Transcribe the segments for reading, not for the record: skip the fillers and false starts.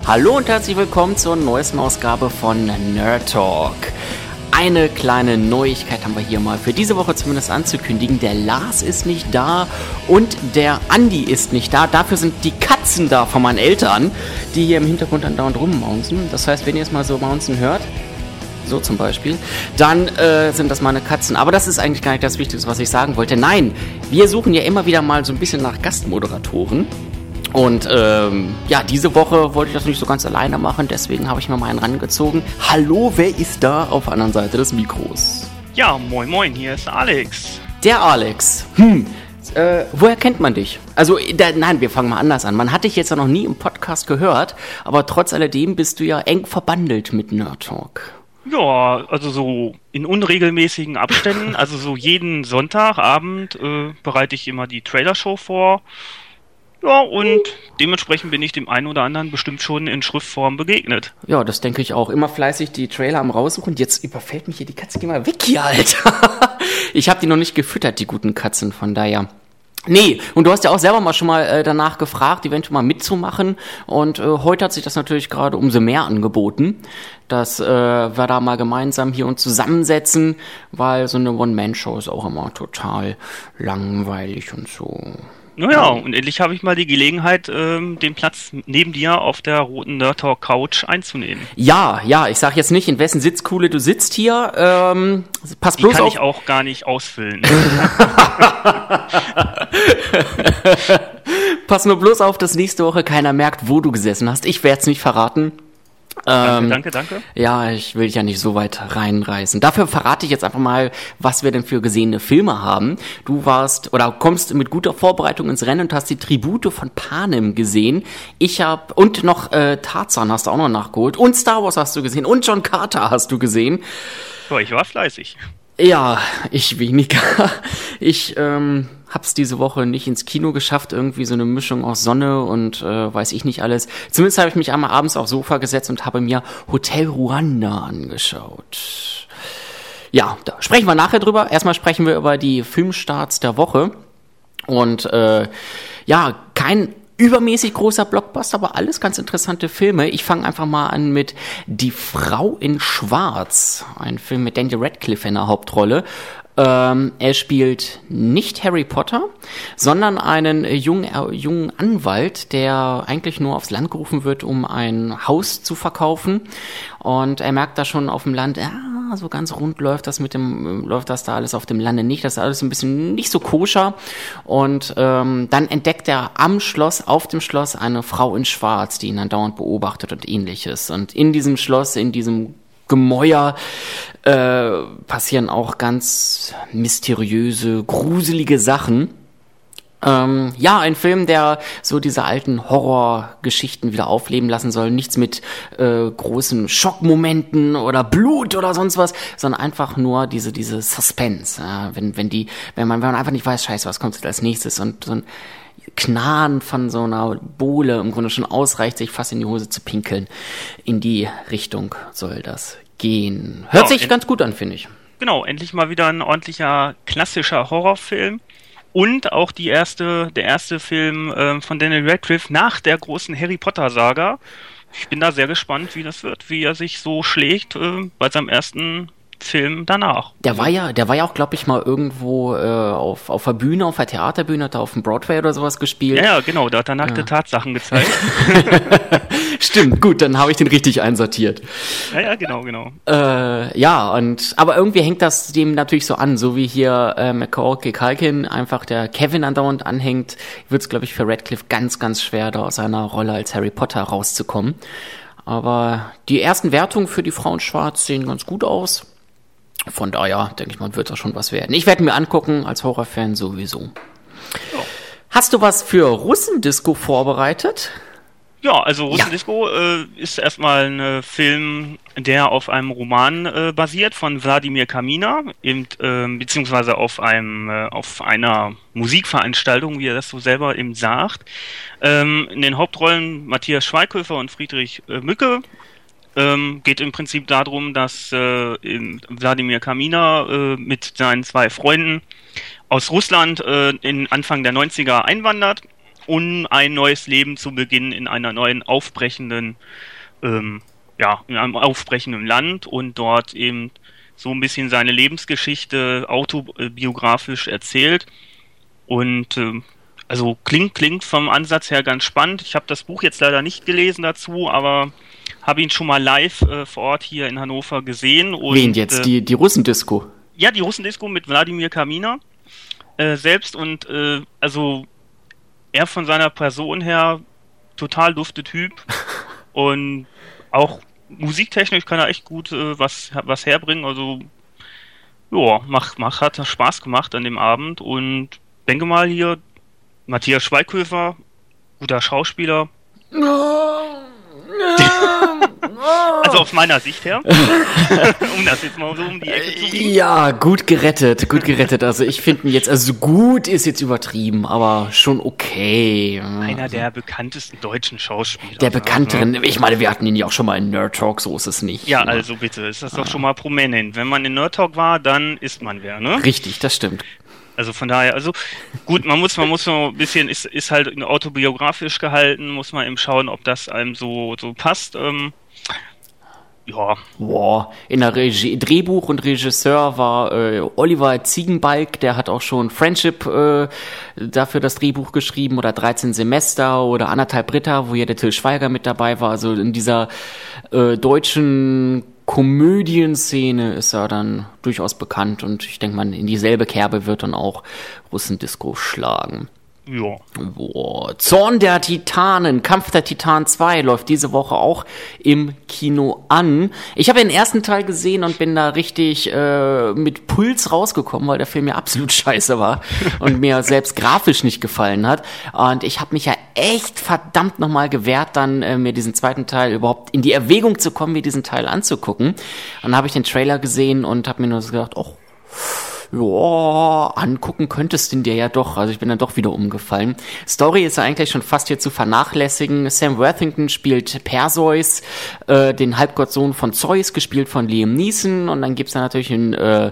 Hallo und herzlich willkommen zur neuesten Ausgabe von Nerd Talk. Eine kleine Neuigkeit haben wir hier mal für diese Woche zumindest anzukündigen. Der Lars ist nicht da und der Andi ist nicht da. Dafür sind die Katzen da von meinen Eltern, die hier im Hintergrund andauernd rummaunzen. Das heißt, wenn ihr es mal so maunzen hört, so zum Beispiel, dann sind das meine Katzen. Aber das ist eigentlich gar nicht das Wichtigste, was ich sagen wollte. Nein, wir suchen ja immer wieder mal so ein bisschen nach Gastmoderatoren. Und diese Woche wollte ich das nicht so ganz alleine machen, deswegen habe ich mir mal einen rangezogen. Hallo, wer ist da auf der anderen Seite des Mikros? Ja, moin moin, hier ist Alex. Der Alex. Woher kennt man dich? Also, nein, wir fangen mal anders an. Man hat dich jetzt ja noch nie im Podcast gehört, aber trotz alledem bist du ja eng verbandelt mit Nerd Talk. Ja, also so in unregelmäßigen Abständen, also so jeden Sonntagabend bereite ich immer die Trailershow vor. Ja, und dementsprechend bin ich dem einen oder anderen bestimmt schon in Schriftform begegnet. Ja, das denke ich auch. Immer fleißig die Trailer am raussuchen. Jetzt überfällt mich hier die Katze. Geh mal weg hier, Alter. Ich habe die noch nicht gefüttert, die guten Katzen, von daher. Nee, und du hast ja auch selber mal schon mal danach gefragt, eventuell mal mitzumachen. Und heute hat sich das natürlich gerade umso mehr angeboten, dass wir da mal gemeinsam hier uns zusammensetzen, weil so eine One-Man-Show ist auch immer total langweilig und so. Naja, und endlich habe ich mal die Gelegenheit, den Platz neben dir auf der roten Nerd Talk Couch einzunehmen. Ja, ich sag jetzt nicht, in wessen Sitzkuhle du sitzt hier. Pass bloß auf. Die kann ich auch gar nicht ausfüllen. Pass nur bloß auf, dass nächste Woche keiner merkt, wo du gesessen hast. Ich werde es nicht verraten. Danke. Ja, ich will dich ja nicht so weit reinreißen. Dafür verrate ich jetzt einfach mal, was wir denn für gesehene Filme haben. Du kommst mit guter Vorbereitung ins Rennen und hast die Tribute von Panem gesehen. Und noch Tarzan hast du auch noch nachgeholt. Und Star Wars hast du gesehen. Und John Carter hast du gesehen. So, ich war fleißig. Ja, ich weniger. Ich hab's diese Woche nicht ins Kino geschafft, irgendwie so eine Mischung aus Sonne und weiß ich nicht alles. Zumindest habe ich mich einmal abends aufs Sofa gesetzt und habe mir Hotel Ruanda angeschaut. Ja, da sprechen wir nachher drüber. Erstmal sprechen wir über die Filmstarts der Woche. Und kein übermäßig großer Blockbuster, aber alles ganz interessante Filme. Ich fange einfach mal an mit Die Frau in Schwarz, ein Film mit Daniel Radcliffe in der Hauptrolle. Er spielt nicht Harry Potter, sondern einen jungen Anwalt, der eigentlich nur aufs Land gerufen wird, um ein Haus zu verkaufen. Und er merkt da schon auf dem Land, so ganz rund läuft das da alles auf dem Lande nicht. Das ist alles ein bisschen nicht so koscher. Und dann entdeckt er auf dem Schloss, eine Frau in Schwarz, die ihn dann dauernd beobachtet und ähnliches. Und in diesem Schloss, in diesem Gemäuer passieren auch ganz mysteriöse, gruselige Sachen. Ein Film, der so diese alten Horrorgeschichten wieder aufleben lassen soll. Nichts mit großen Schockmomenten oder Blut oder sonst was, sondern einfach nur diese Suspense. Wenn man einfach nicht weiß, scheiße, was kommt jetzt als nächstes, und so ein Knarren von so einer Bohle im Grunde schon ausreicht, sich fast in die Hose zu pinkeln. In die Richtung soll das gehen. Hört sich ganz gut an, finde ich. Genau, endlich mal wieder ein ordentlicher, klassischer Horrorfilm. Und auch der erste Film von Daniel Radcliffe nach der großen Harry Potter Saga. Ich bin da sehr gespannt, wie das wird, wie er sich so schlägt bei seinem ersten Film danach. Der war ja auch, glaube ich, mal irgendwo auf der Bühne, auf der Theaterbühne, hat er auf dem Broadway oder sowas gespielt. Ja, genau, da hat er nackte Tatsachen gezeigt. Stimmt, gut, dann habe ich den richtig einsortiert. Ja, genau. Aber irgendwie hängt das dem natürlich so an, so wie hier Macaulay Culkin einfach der Kevin andauernd anhängt, wird es, glaube ich, für Radcliffe ganz, ganz schwer, da aus seiner Rolle als Harry Potter rauszukommen. Aber die ersten Wertungen für Die Frau in Schwarz sehen ganz gut aus. Von daher, denke ich mal, wird das schon was werden. Ich werde mir angucken, als Horrorfan sowieso. Ja. Hast du was für Russendisco vorbereitet? Ja, also Russendisco ist erstmal ein Film, der auf einem Roman basiert von Wladimir Kaminer, beziehungsweise auf einer Musikveranstaltung, wie er das so selber eben sagt. In den Hauptrollen Matthias Schweighöfer und Friedrich Mücke. Geht im Prinzip darum, dass Wladimir Kaminer mit seinen zwei Freunden aus Russland in Anfang der 90er einwandert um ein neues Leben zu beginnen in einer neuen aufbrechenden, in einem aufbrechenden Land und dort eben so ein bisschen seine Lebensgeschichte autobiografisch erzählt. Und also klingt vom Ansatz her ganz spannend. Ich habe das Buch jetzt leider nicht gelesen dazu, aber habe ihn schon mal live vor Ort hier in Hannover gesehen. Und, wen jetzt? Die Russendisco? Ja, die Russendisco mit Wladimir Kaminer selbst. Und also er von seiner Person her total dufte Typ. Und auch musiktechnisch kann er echt gut was herbringen. Also ja, hat Spaß gemacht an dem Abend. Und denke mal hier, Matthias Schweighöfer, guter Schauspieler. Also aus meiner Sicht her. Um das jetzt mal so um die Ecke zu biegen. Ja, gut gerettet. Also ich finde ihn jetzt, also gut ist jetzt übertrieben, aber schon okay. Einer der bekanntesten deutschen Schauspieler. Der bekannteren, ich meine, wir hatten ihn ja auch schon mal in Nerd Talk, so ist es nicht. Ja, also bitte, ist das doch schon mal prominent. Wenn man in Nerd Talk war, dann ist man wer, ne? Richtig, das stimmt. Also von daher, also gut, man muss so ein bisschen, ist halt autobiografisch gehalten, muss man eben schauen, ob das einem so passt. Ja. Boah, in der Drehbuch und Regisseur war Oliver Ziegenbalg, der hat auch schon Friendship dafür das Drehbuch geschrieben oder 13 Semester oder 1,5 Ritter, wo ja der Til Schweiger mit dabei war. Also in dieser deutschen Komödienszene ist er dann durchaus bekannt und ich denke mal, in dieselbe Kerbe wird dann auch Russendisco schlagen. Ja. Boah. Zorn der Titanen, Kampf der Titanen 2 läuft diese Woche auch im Kino an. Ich habe den ersten Teil gesehen und bin da richtig mit Puls rausgekommen, weil der Film ja absolut scheiße war und mir selbst grafisch nicht gefallen hat. Und ich habe mich ja echt verdammt nochmal gewehrt, dann mir diesen zweiten Teil überhaupt in die Erwägung zu kommen, mir diesen Teil anzugucken. Dann habe ich den Trailer gesehen und habe mir nur so gedacht, ja, angucken könntest du dir ja doch. Also ich bin dann doch wieder umgefallen. Story ist ja eigentlich schon fast hier zu vernachlässigen. Sam Worthington spielt Perseus, den Halbgottsohn von Zeus, gespielt von Liam Neeson. Und dann gibt's da natürlich eine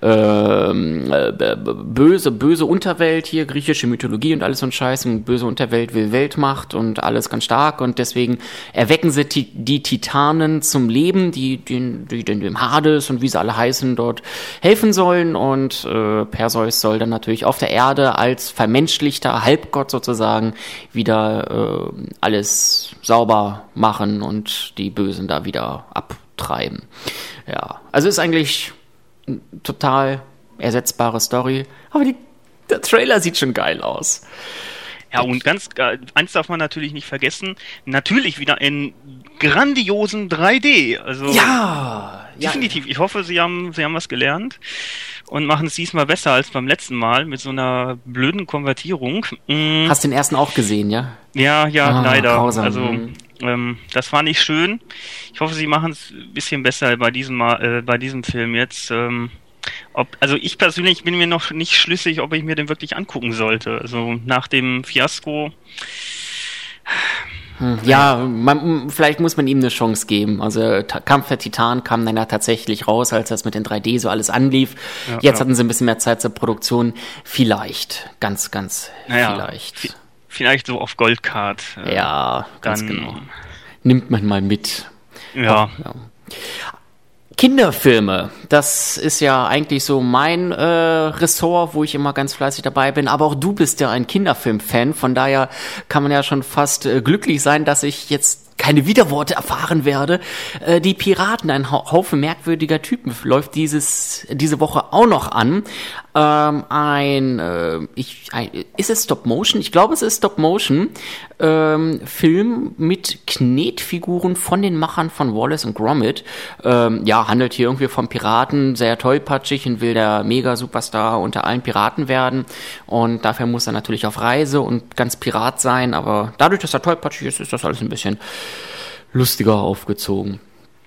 böse Unterwelt hier, griechische Mythologie und alles so ein Scheiß. Und böse Unterwelt will Weltmacht und alles ganz stark. Und deswegen erwecken sie die Titanen zum Leben, die dem Hades und wie sie alle heißen dort helfen sollen. Und Perseus soll dann natürlich auf der Erde als vermenschlichter Halbgott sozusagen wieder alles sauber machen und die Bösen da wieder abtreiben. Ja, also ist eigentlich eine total ersetzbare Story, aber der Trailer sieht schon geil aus. Ja, und eins darf man natürlich nicht vergessen, natürlich wieder in grandiosen 3D. Also ja, definitiv. Ich hoffe, Sie haben was gelernt und machen es diesmal besser als beim letzten Mal mit so einer blöden Konvertierung. Hast den ersten auch gesehen, ja? Ja, leider. Grausam. Also das war nicht schön. Ich hoffe, Sie machen es ein bisschen besser bei diesem Film jetzt. Also ich persönlich bin mir noch nicht schlüssig, ob ich mir den wirklich angucken sollte. Also nach dem Fiasko. Ja, vielleicht muss man ihm eine Chance geben. Also Kampf der Titanen kam dann ja tatsächlich raus, als das mit den 3D so alles anlief. Ja, jetzt hatten sie ein bisschen mehr Zeit zur Produktion. Vielleicht, ganz vielleicht. Vielleicht so auf Goldcard. Ja, ganz genau. Nimmt man mal mit. Ja. Kinderfilme, das ist ja eigentlich so mein Ressort, wo ich immer ganz fleißig dabei bin, aber auch du bist ja ein Kinderfilm-Fan, von daher kann man ja schon fast glücklich sein, dass ich jetzt keine Widerworte erfahren werde. Die Piraten, ein Haufen merkwürdiger Typen, läuft diese Woche auch noch an. Ist es Stop Motion? Ich glaube, es ist Stop Motion. Film mit Knetfiguren von den Machern von Wallace und Gromit. Handelt hier irgendwie vom Piraten, sehr tollpatschig und will der Mega-Superstar unter allen Piraten werden. Und dafür muss er natürlich auf Reise und ganz Pirat sein. Aber dadurch, dass er tollpatschig ist das alles ein bisschen lustiger aufgezogen.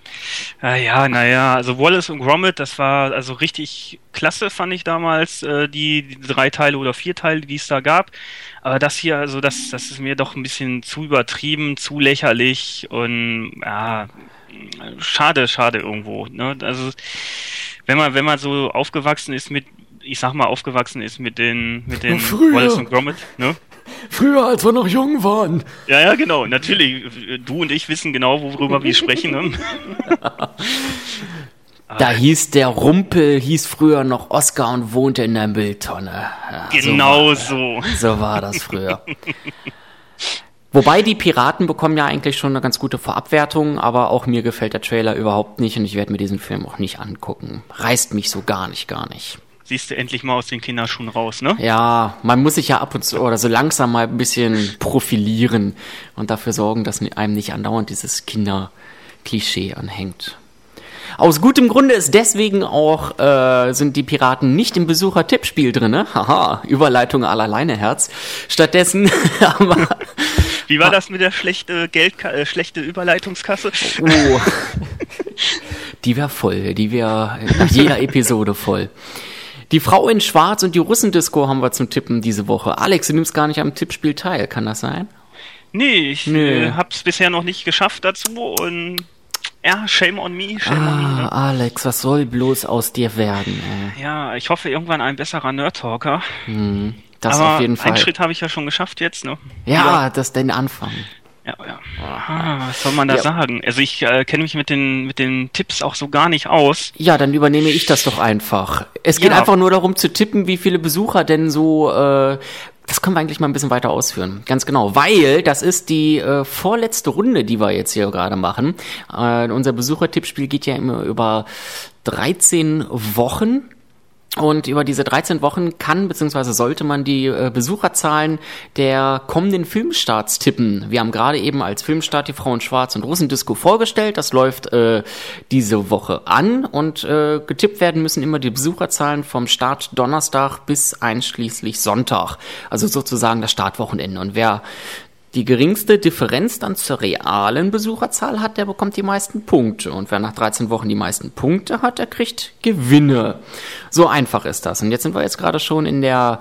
Also Wallace und Gromit, das war also richtig klasse, fand ich damals, die 3 Teile oder 4 Teile, die es da gab. Aber das hier, also das ist mir doch ein bisschen zu übertrieben, zu lächerlich und schade irgendwo. Ne? Also wenn man so aufgewachsen ist mit den Wallace und Gromit, ne? Früher, als wir noch jung waren. Ja, genau. Natürlich. Du und ich wissen genau, worüber wir sprechen. Ne? Da hieß der Rumpel, hieß früher noch Oskar und wohnte in der Mülltonne. Ja, genau so. So war das früher. Wobei die Piraten bekommen ja eigentlich schon eine ganz gute Vorabwertung, aber auch mir gefällt der Trailer überhaupt nicht und ich werde mir diesen Film auch nicht angucken. Reißt mich so gar nicht. Siehst du endlich mal aus den Kinderschuhen raus, ne? Ja, man muss sich ja ab und zu oder so langsam mal ein bisschen profilieren und dafür sorgen, dass einem nicht andauernd dieses Kinderklischee anhängt. Aus gutem Grunde ist deswegen auch, sind die Piraten nicht im Besucher-Tippspiel drin, ne? Haha, Überleitung à la Leineherz. Stattdessen aber... Wie war das mit der schlechte Überleitungskasse? Oh, die wäre voll, die wäre nach jeder Episode voll. Die Frau in Schwarz und die Russendisco haben wir zum Tippen diese Woche. Alex, du nimmst gar nicht am Tippspiel teil, kann das sein? Nee, ich hab's bisher noch nicht geschafft dazu und ja, shame on me. Ne? Alex, was soll bloß aus dir werden? Ja, ich hoffe irgendwann ein besserer Nerd-Talker. Das aber auf jeden Fall. Einen Schritt habe ich ja schon geschafft jetzt, ne? Ja, das ist dein Anfang. Ja. Was soll man da sagen? Also ich kenne mich mit den Tipps auch so gar nicht aus. Ja, dann übernehme ich das doch einfach. Es geht einfach nur darum zu tippen, wie viele Besucher denn so... das können wir eigentlich mal ein bisschen weiter ausführen. Ganz genau, weil das ist die vorletzte Runde, die wir jetzt hier gerade machen. Unser Besuchertippspiel geht ja immer über 13 Wochen. Und über diese 13 Wochen kann bzw. sollte man die Besucherzahlen der kommenden Filmstarts tippen. Wir haben gerade eben als Filmstart die Frau in Schwarz und Russendisco vorgestellt. Das läuft diese Woche an und getippt werden müssen immer die Besucherzahlen vom Start Donnerstag bis einschließlich Sonntag. Also sozusagen das Startwochenende. Und wer die geringste Differenz dann zur realen Besucherzahl hat, der bekommt die meisten Punkte. Und wer nach 13 Wochen die meisten Punkte hat, der kriegt Gewinne. So einfach ist das. Und jetzt sind wir jetzt gerade schon in der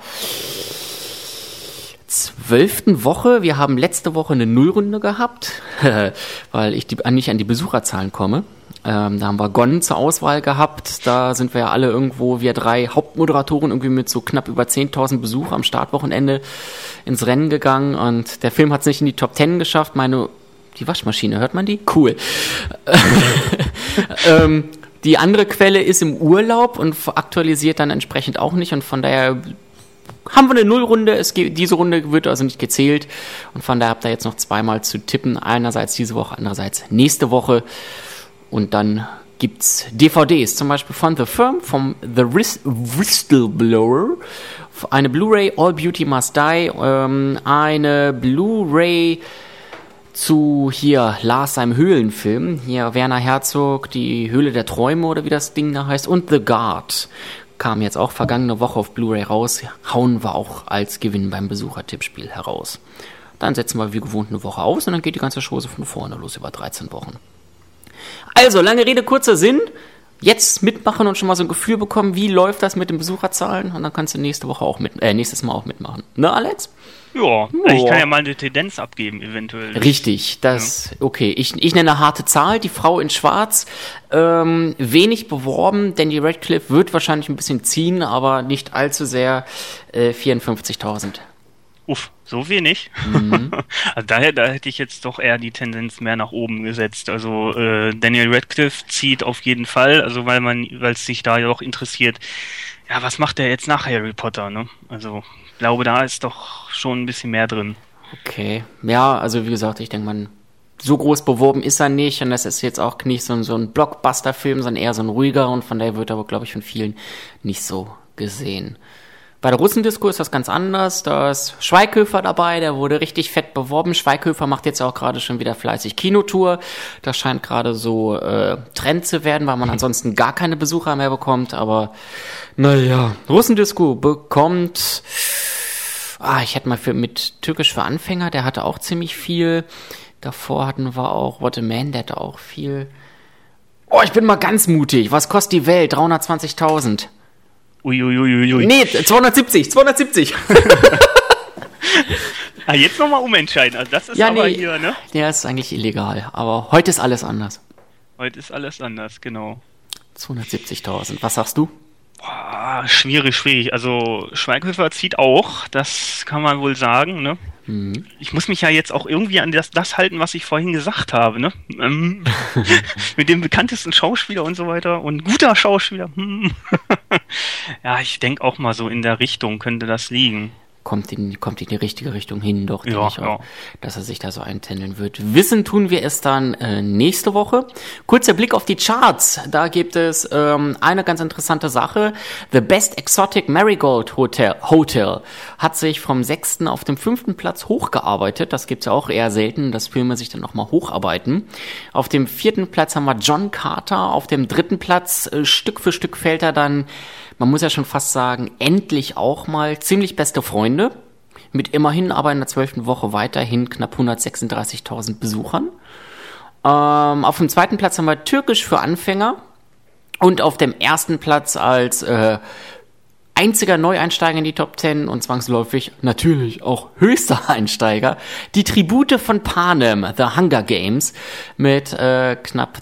12. Woche. Wir haben letzte Woche eine Nullrunde gehabt, weil ich nicht an die Besucherzahlen komme. Da haben wir Gon zur Auswahl gehabt. Da sind wir ja alle irgendwo, wir 3 Hauptmoderatoren, irgendwie mit so knapp über 10.000 Besuch am Startwochenende ins Rennen gegangen. Und der Film hat es nicht in die Top 10 geschafft. Die Waschmaschine, hört man die? Cool. Die andere Quelle ist im Urlaub und aktualisiert dann entsprechend auch nicht. Und von daher haben wir eine Nullrunde. Diese Runde wird also nicht gezählt. Und von daher habt ihr jetzt noch zweimal zu tippen. Einerseits diese Woche, andererseits nächste Woche. Und dann gibt's DVDs, zum Beispiel von The Firm, vom The Whistleblower, eine Blu-ray All Beauty Must Die, eine Blu-ray zu hier Lars seinem Höhlenfilm, hier Werner Herzog, die Höhle der Träume oder wie das Ding da heißt, und The Guard kam jetzt auch vergangene Woche auf Blu-ray raus, hauen wir auch als Gewinn beim Besuchertippspiel heraus. Dann setzen wir wie gewohnt eine Woche aus und dann geht die ganze Chose von vorne los über 13 Wochen. Also, lange Rede, kurzer Sinn. Jetzt mitmachen und schon mal so ein Gefühl bekommen, wie läuft das mit den Besucherzahlen? Und dann kannst du nächstes Mal auch mitmachen. Ne, Alex? Ja, ich kann ja mal eine Tendenz abgeben, eventuell. Richtig, okay. Ich nenne eine harte Zahl, die Frau in Schwarz. Wenig beworben, Danny Radcliffe wird wahrscheinlich ein bisschen ziehen, aber nicht allzu sehr. 54.000. Uff, so wenig. Also da hätte ich jetzt doch eher die Tendenz mehr nach oben gesetzt. Also Daniel Radcliffe zieht auf jeden Fall, also weil es sich da ja auch interessiert, ja, was macht der jetzt nach Harry Potter, ne? Also ich glaube, da ist doch schon ein bisschen mehr drin. Okay, ja, also wie gesagt, ich denke, so groß beworben ist er nicht und das ist jetzt auch nicht so ein Blockbuster-Film, sondern eher so ein ruhiger und von daher wird er aber, glaube ich, von vielen nicht so gesehen. Bei der Russendisco ist das ganz anders. Da ist Schweighöfer dabei, der wurde richtig fett beworben. Schweighöfer macht jetzt auch gerade schon wieder fleißig Kinotour. Das scheint gerade so Trend zu werden, weil man ansonsten gar keine Besucher mehr bekommt. Aber naja, Russendisco bekommt... ich hätte mal mit Türkisch für Anfänger, der hatte auch ziemlich viel. Davor hatten wir auch What a Man, der hatte auch viel. Ich bin mal ganz mutig. Was kostet die Welt? 320.000. Uiuiuiui. Nee, 270. Jetzt nochmal umentscheiden. Also das ist hier, ne? Ja, ist eigentlich illegal. Aber heute ist alles anders. Heute ist alles anders, genau. 270.000. Was sagst du? Boah, schwierig. Also Schweighöfer zieht auch, das kann man wohl sagen, ne? Mhm. Ich muss mich ja jetzt auch irgendwie an das halten, was ich vorhin gesagt habe, ne? Mit dem bekanntesten Schauspieler und so weiter und guter Schauspieler. Ja, ich denke auch mal so in der Richtung könnte das liegen. Kommt in die richtige Richtung hin, doch, denke Ja, ich auch, dass er sich da so eintändeln wird. Wissen tun wir es dann nächste Woche. Kurzer Blick auf die Charts. Da gibt es eine ganz interessante Sache. The Best Exotic Marigold Hotel hat sich vom 6. auf den 5. Platz hochgearbeitet. Das gibt's ja auch eher selten, dass Filme sich dann nochmal hocharbeiten. Auf dem 4. Platz haben wir John Carter. Auf dem 3. Platz Stück für Stück fällt er dann, man muss ja schon fast sagen, endlich auch mal ziemlich beste Freunde. Mit immerhin aber in der 12. Woche weiterhin knapp 136.000 Besuchern. Auf dem 2. Platz haben wir Türkisch für Anfänger. Und auf dem 1. Platz als einziger Neueinsteiger in die Top 10 und zwangsläufig natürlich auch höchster Einsteiger, die Tribute von Panem, The Hunger Games, mit knapp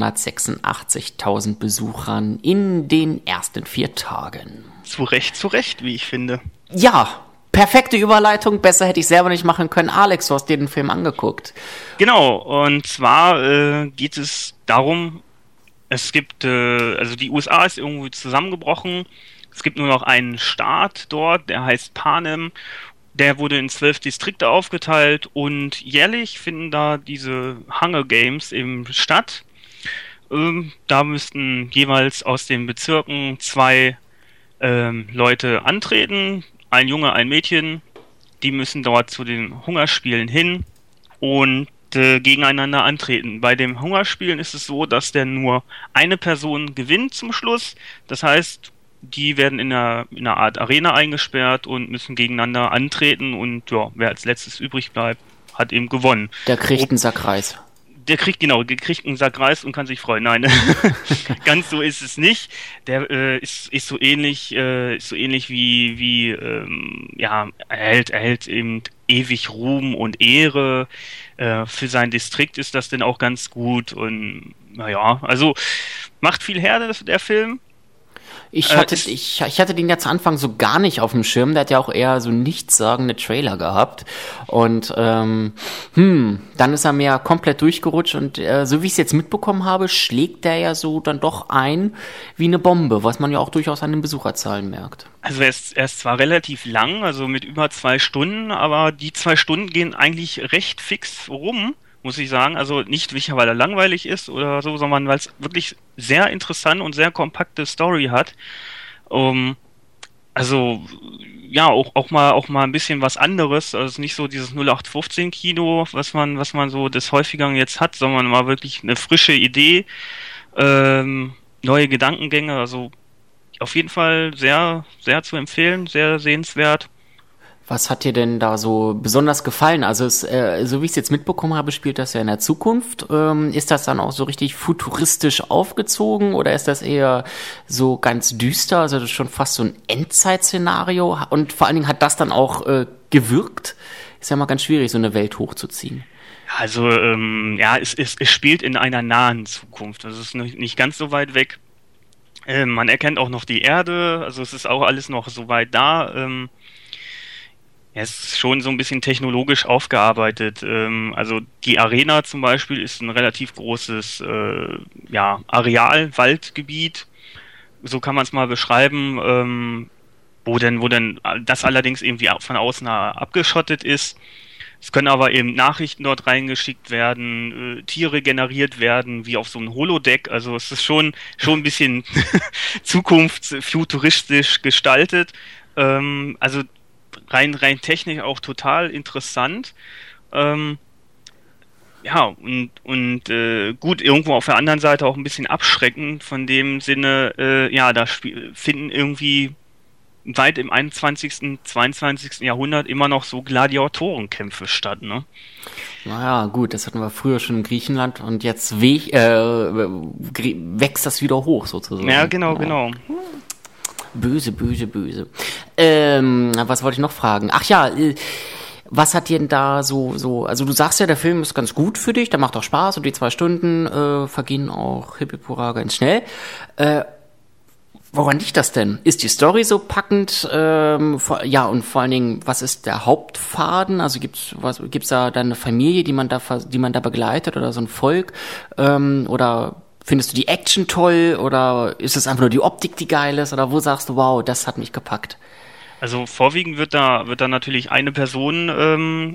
386.000 Besuchern in den ersten 4 Tagen. Zu Recht, wie ich finde. Ja, perfekte Überleitung, besser hätte ich selber nicht machen können. Alex, du hast dir den Film angeguckt. Genau, und zwar geht es darum, es gibt, also die USA ist irgendwie zusammengebrochen. Es gibt nur noch einen Staat dort, der heißt Panem. Der wurde in 12 Distrikte aufgeteilt und jährlich finden da diese Hunger Games eben statt. Da müssten jeweils aus den Bezirken 2 Leute antreten, ein Junge, ein Mädchen. Die müssen dort zu den Hungerspielen hin und gegeneinander antreten. Bei den Hungerspielen ist es so, dass der nur eine Person gewinnt zum Schluss. Das heißt, die werden in einer Art Arena eingesperrt und müssen gegeneinander antreten und ja, wer als letztes übrig bleibt, hat eben gewonnen. Der kriegt einen Sack Reis. Der kriegt einen Sack Reis und kann sich freuen. Nein, ganz so ist es nicht. Der ist so ähnlich wie erhält eben ewig Ruhm und Ehre. Für sein Distrikt ist das denn auch ganz gut und naja, also macht viel her, der Film. Ich hatte den ja zu Anfang so gar nicht auf dem Schirm. Der hat ja auch eher so nichtssagende Trailer gehabt. Und dann ist er mir komplett durchgerutscht. Und so wie ich es jetzt mitbekommen habe, schlägt der ja so dann doch ein wie eine Bombe, was man ja auch durchaus an den Besucherzahlen merkt. Also er ist zwar relativ lang, also mit über 2 Stunden, aber die 2 Stunden gehen eigentlich recht fix rum, muss ich sagen. Also nicht, weil er langweilig ist oder so, sondern weil es wirklich sehr interessant und sehr kompakte Story hat. Also ja, auch mal ein bisschen was anderes. Also nicht so dieses 0815 Kino, was man so des häufigeren jetzt hat, sondern mal wirklich eine frische Idee, neue Gedankengänge. Also auf jeden Fall sehr, sehr zu empfehlen, sehr sehenswert. Was hat dir denn da so besonders gefallen? Also so wie ich es jetzt mitbekommen habe, spielt das ja in der Zukunft. Ist das dann auch so richtig futuristisch aufgezogen oder ist das eher so ganz düster? Also das ist schon fast so ein Endzeitszenario und vor allen Dingen hat das dann auch gewirkt? Ist ja mal ganz schwierig, so eine Welt hochzuziehen. Also es spielt in einer nahen Zukunft. Also es ist nicht ganz so weit weg. Man erkennt auch noch die Erde, also es ist auch alles noch so weit da. Es ist schon so ein bisschen technologisch aufgearbeitet. Also die Arena zum Beispiel ist ein relativ großes Areal, Waldgebiet. So kann man es mal beschreiben, wo denn das allerdings irgendwie von außen abgeschottet ist. Es können aber eben Nachrichten dort reingeschickt werden, Tiere generiert werden, wie auf so einem Holodeck. Also es ist schon ein bisschen zukunftsfuturistisch gestaltet. Also rein technisch auch total interessant. Gut, irgendwo auf der anderen Seite auch ein bisschen abschreckend, von dem Sinne, da finden irgendwie weit im 21., 22. Jahrhundert immer noch so Gladiatorenkämpfe statt, ne? Naja, gut, das hatten wir früher schon in Griechenland und jetzt wächst das wieder hoch sozusagen. Ja, genau. Böse. Was wollte ich noch fragen? Ach ja, was hat dir denn da so, also du sagst ja, der Film ist ganz gut für dich, der macht auch Spaß und die 2 Stunden vergehen auch hippie-hurra ganz schnell. Woran liegt das denn? Ist die Story so packend? Und vor allen Dingen, was ist der Hauptfaden? Also gibt's da dann eine Familie, die man da begleitet oder so ein Volk? Oder findest du die Action toll? Oder ist es einfach nur die Optik, die geil ist? Oder wo sagst du, wow, das hat mich gepackt? Also vorwiegend wird da natürlich eine Person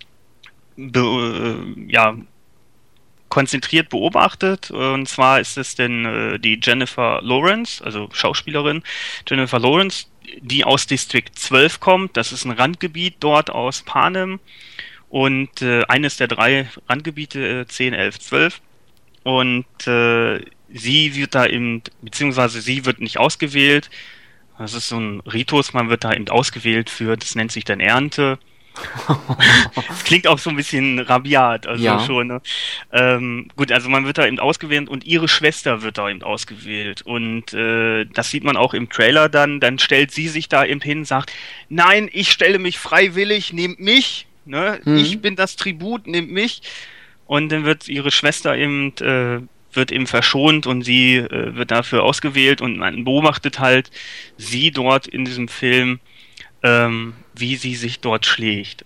konzentriert beobachtet. Und zwar ist es denn die Jennifer Lawrence, also Schauspielerin Jennifer Lawrence, die aus District 12 kommt. Das ist ein Randgebiet dort aus Panem und eines der 3 Randgebiete, 10, 11, 12. Und sie wird nicht ausgewählt. Das ist so ein Ritus, man wird da eben ausgewählt das nennt sich dann Ernte. Das klingt auch so ein bisschen rabiat, also ja. Schon. Ne? Gut, also man wird da eben ausgewählt und ihre Schwester wird da eben ausgewählt. Und das sieht man auch im Trailer dann. Dann stellt sie sich da eben hin, sagt, nein, ich stelle mich freiwillig, nehmt mich. Ne? Ich bin das Tribut, nehmt mich. Und dann wird ihre Schwester eben verschont und sie wird dafür ausgewählt und man beobachtet halt sie dort in diesem Film, wie sie sich dort schlägt.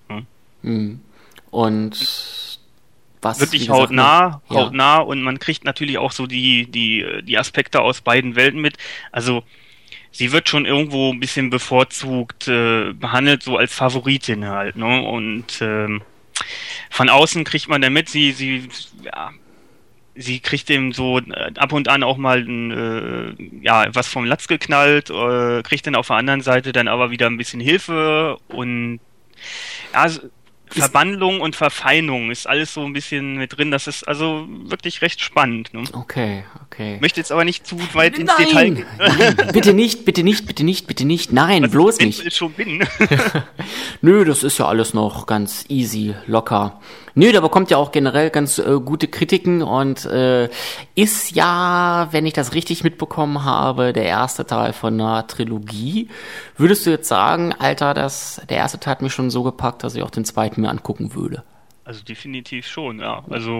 Und was? Wirklich hautnah und man kriegt natürlich auch so die Aspekte aus beiden Welten mit. Also sie wird schon irgendwo ein bisschen bevorzugt behandelt, so als Favoritin halt, ne? Und von außen kriegt man dann mit, sie kriegt eben so ab und an auch mal was vom Latz geknallt, kriegt dann auf der anderen Seite dann aber wieder ein bisschen Hilfe und Verbandlung und Verfeinung ist alles so ein bisschen mit drin. Das ist also wirklich recht spannend. Ne? Okay. Möchte jetzt aber nicht zu weit ins Detail gehen. Bitte nicht. Nein, was bloß nicht. Ich schon bin. Nö, das ist ja alles noch ganz easy, locker. Nö, da bekommt ja auch generell ganz gute Kritiken und ist ja, wenn ich das richtig mitbekommen habe, der erste Teil von einer Trilogie. Würdest du jetzt sagen, Alter, der erste Teil hat mich schon so gepackt, dass ich auch den zweiten mir angucken würde? Also definitiv schon, ja.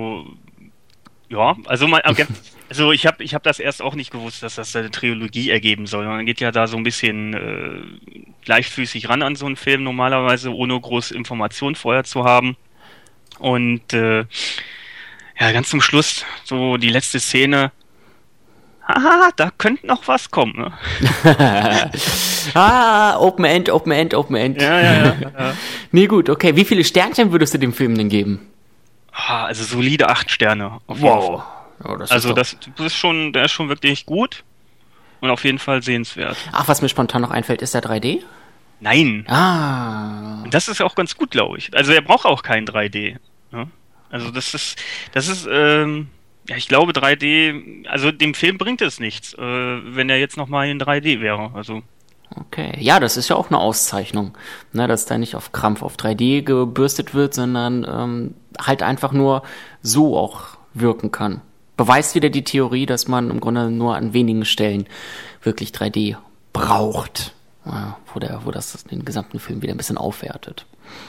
Also ich hab das erst auch nicht gewusst, dass das eine Trilogie ergeben soll. Man geht ja da so ein bisschen leichtfüßig ran an so einen Film normalerweise, ohne große Informationen vorher zu haben. Und ganz zum Schluss, so die letzte Szene, da könnte noch was kommen, ne? Open End. Ja. Nee, gut, okay. Wie viele Sternchen würdest du dem Film denn geben? Also solide 8 Sterne. Wow. Oh, der ist schon wirklich gut und auf jeden Fall sehenswert. Ach, was mir spontan noch einfällt, ist der 3D? Nein. Und das ist auch ganz gut, glaube ich. Also er braucht auch kein 3D. Ja? Also das ist ich glaube 3D, also dem Film bringt es nichts, wenn er jetzt nochmal in 3D wäre. Also. Okay, ja, das ist ja auch eine Auszeichnung, ne, dass da nicht auf Krampf auf 3D gebürstet wird, sondern halt einfach nur so auch wirken kann. Beweist wieder die Theorie, dass man im Grunde nur an wenigen Stellen wirklich 3D braucht, wo das den gesamten Film wieder ein bisschen aufwertet.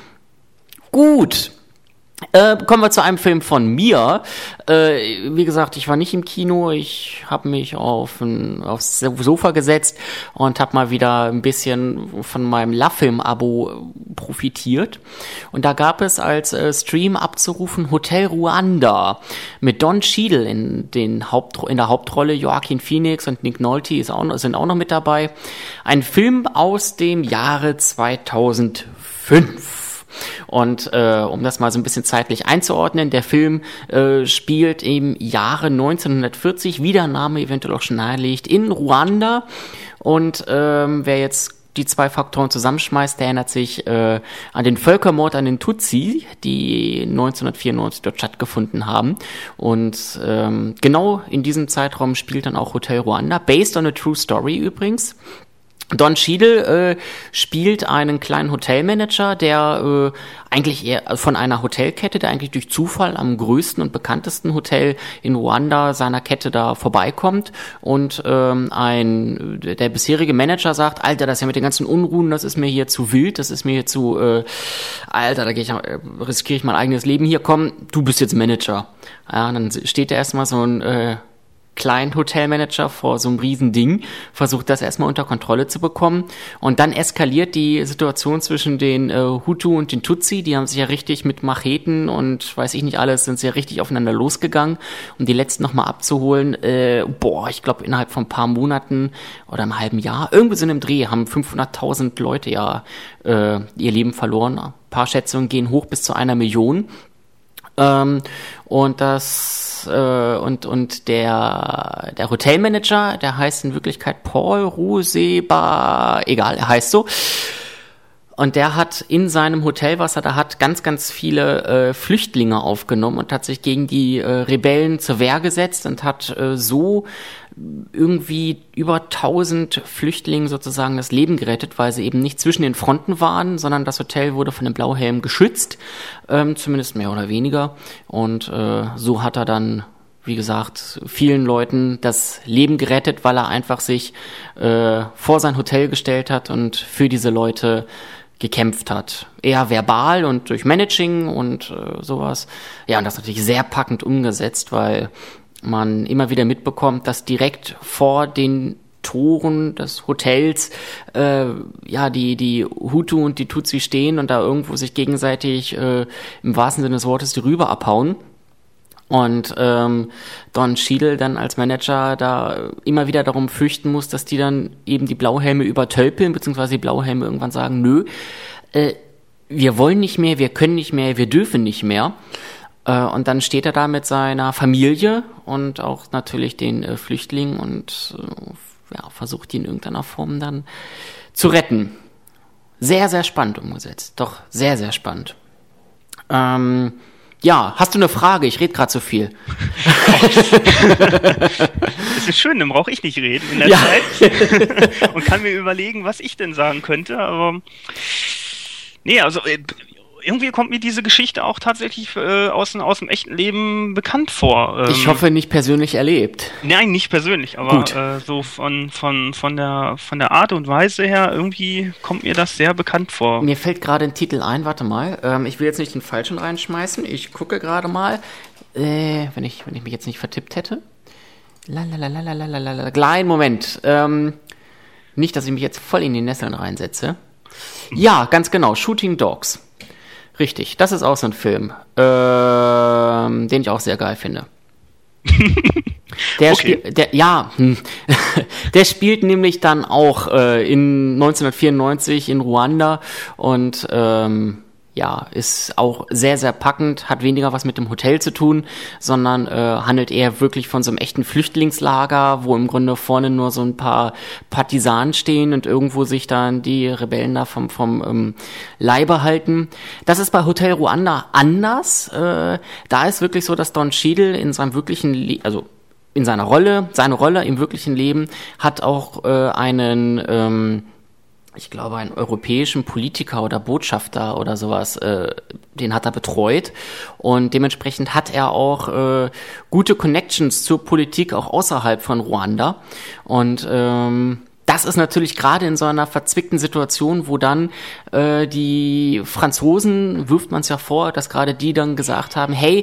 Gut. Kommen wir zu einem Film von mir. Wie gesagt, ich war nicht im Kino, ich habe mich aufs Sofa gesetzt und habe mal wieder ein bisschen von meinem LaFilm-Abo profitiert. Und da gab es als Stream abzurufen Hotel Ruanda mit Don Cheadle in der Hauptrolle, Joaquin Phoenix und Nick Nolte sind auch noch mit dabei. Ein Film aus dem Jahre 2005. Und um das mal so ein bisschen zeitlich einzuordnen, der Film spielt im Jahre 1940, wie der Name eventuell auch schon nahelegt, in Ruanda. Und wer jetzt die 2 Faktoren zusammenschmeißt, der erinnert sich an den Völkermord an den Tutsi, die 1994 dort stattgefunden haben. Und genau in diesem Zeitraum spielt dann auch Hotel Ruanda, based on a true story übrigens. Don Cheadle spielt einen kleinen Hotelmanager, der eigentlich eher von einer Hotelkette, der eigentlich durch Zufall am größten und bekanntesten Hotel in Ruanda seiner Kette da vorbeikommt und der bisherige Manager sagt, Alter, das ist ja mit den ganzen Unruhen, das ist mir hier zu wild, das ist mir hier zu Alter, da riskiere ich mein eigenes Leben hier, komm, du bist jetzt Manager. Ja, dann steht da erstmal so ein kleinen Hotelmanager vor so einem riesen Ding, versucht das erstmal unter Kontrolle zu bekommen und dann eskaliert die Situation zwischen den Hutu und den Tutsi, die haben sich ja richtig mit Macheten und weiß ich nicht alles, sind sie ja richtig aufeinander losgegangen, um die letzten nochmal abzuholen. Ich glaube innerhalb von ein paar Monaten oder einem halben Jahr, irgendwie so in einem Dreh, haben 500.000 Leute ihr Leben verloren. Ein paar Schätzungen gehen hoch bis zu 1 Million. Und der Hotelmanager, der heißt in Wirklichkeit Paul Ruseba, egal, er heißt so. Und der hat in seinem Hotel, was er da hat, ganz, ganz viele Flüchtlinge aufgenommen und hat sich gegen die Rebellen zur Wehr gesetzt und hat so irgendwie über 1000 Flüchtlingen sozusagen das Leben gerettet, weil sie eben nicht zwischen den Fronten waren, sondern das Hotel wurde von den Blauhelmen geschützt, zumindest mehr oder weniger. Und so hat er dann, wie gesagt, vielen Leuten das Leben gerettet, weil er einfach sich vor sein Hotel gestellt hat und für diese Leute gekämpft hat. Eher verbal und durch Managing und sowas. Ja, und das natürlich sehr packend umgesetzt, weil man immer wieder mitbekommt, dass direkt vor den Toren des Hotels die Hutu und die Tutsi stehen und da irgendwo sich gegenseitig im wahrsten Sinne des Wortes die Rübe abhauen. Und Don Cheadle dann als Manager da immer wieder darum fürchten muss, dass die dann eben die Blauhelme übertölpeln, beziehungsweise die Blauhelme irgendwann sagen, nö, wir wollen nicht mehr, wir können nicht mehr, wir dürfen nicht mehr. Und dann steht er da mit seiner Familie und auch natürlich den Flüchtlingen und versucht die in irgendeiner Form dann zu retten. Sehr, sehr spannend umgesetzt. Doch, sehr, sehr spannend. Hast du eine Frage? Ich rede gerade so viel. Es ist schön, dann brauche ich nicht reden in der Zeit und kann mir überlegen, was ich denn sagen könnte. Aber irgendwie kommt mir diese Geschichte auch tatsächlich aus dem echten Leben bekannt vor. Ich hoffe, nicht persönlich erlebt. Nein, nicht persönlich, aber so von der Art und Weise her, irgendwie kommt mir das sehr bekannt vor. Mir fällt gerade ein Titel ein, warte mal. Ich will jetzt nicht den falschen reinschmeißen. Ich gucke gerade mal, wenn ich mich jetzt nicht vertippt hätte. Kleinen Moment. Nicht, dass ich mich jetzt voll in die Nesseln reinsetze. Ja, ganz genau. Shooting Dogs. Richtig, das ist auch so ein Film, den ich auch sehr geil finde. Der spielt nämlich dann auch in 1994 in Ruanda und ist auch sehr, sehr packend, hat weniger was mit dem Hotel zu tun, sondern handelt eher wirklich von so einem echten Flüchtlingslager, wo im Grunde vorne nur so ein paar Partisanen stehen und irgendwo sich dann die Rebellen da vom Leibe halten. Das ist bei Hotel Ruanda anders. Da ist wirklich so, dass Don Cheadle in seinem wirklichen seine Rolle im wirklichen Leben hat auch einen europäischen Politiker oder Botschafter oder sowas, den hat er betreut und dementsprechend hat er auch gute Connections zur Politik auch außerhalb von Ruanda und das ist natürlich gerade in so einer verzwickten Situation, wo dann die Franzosen, wirft man es ja vor, dass gerade die dann gesagt haben, hey,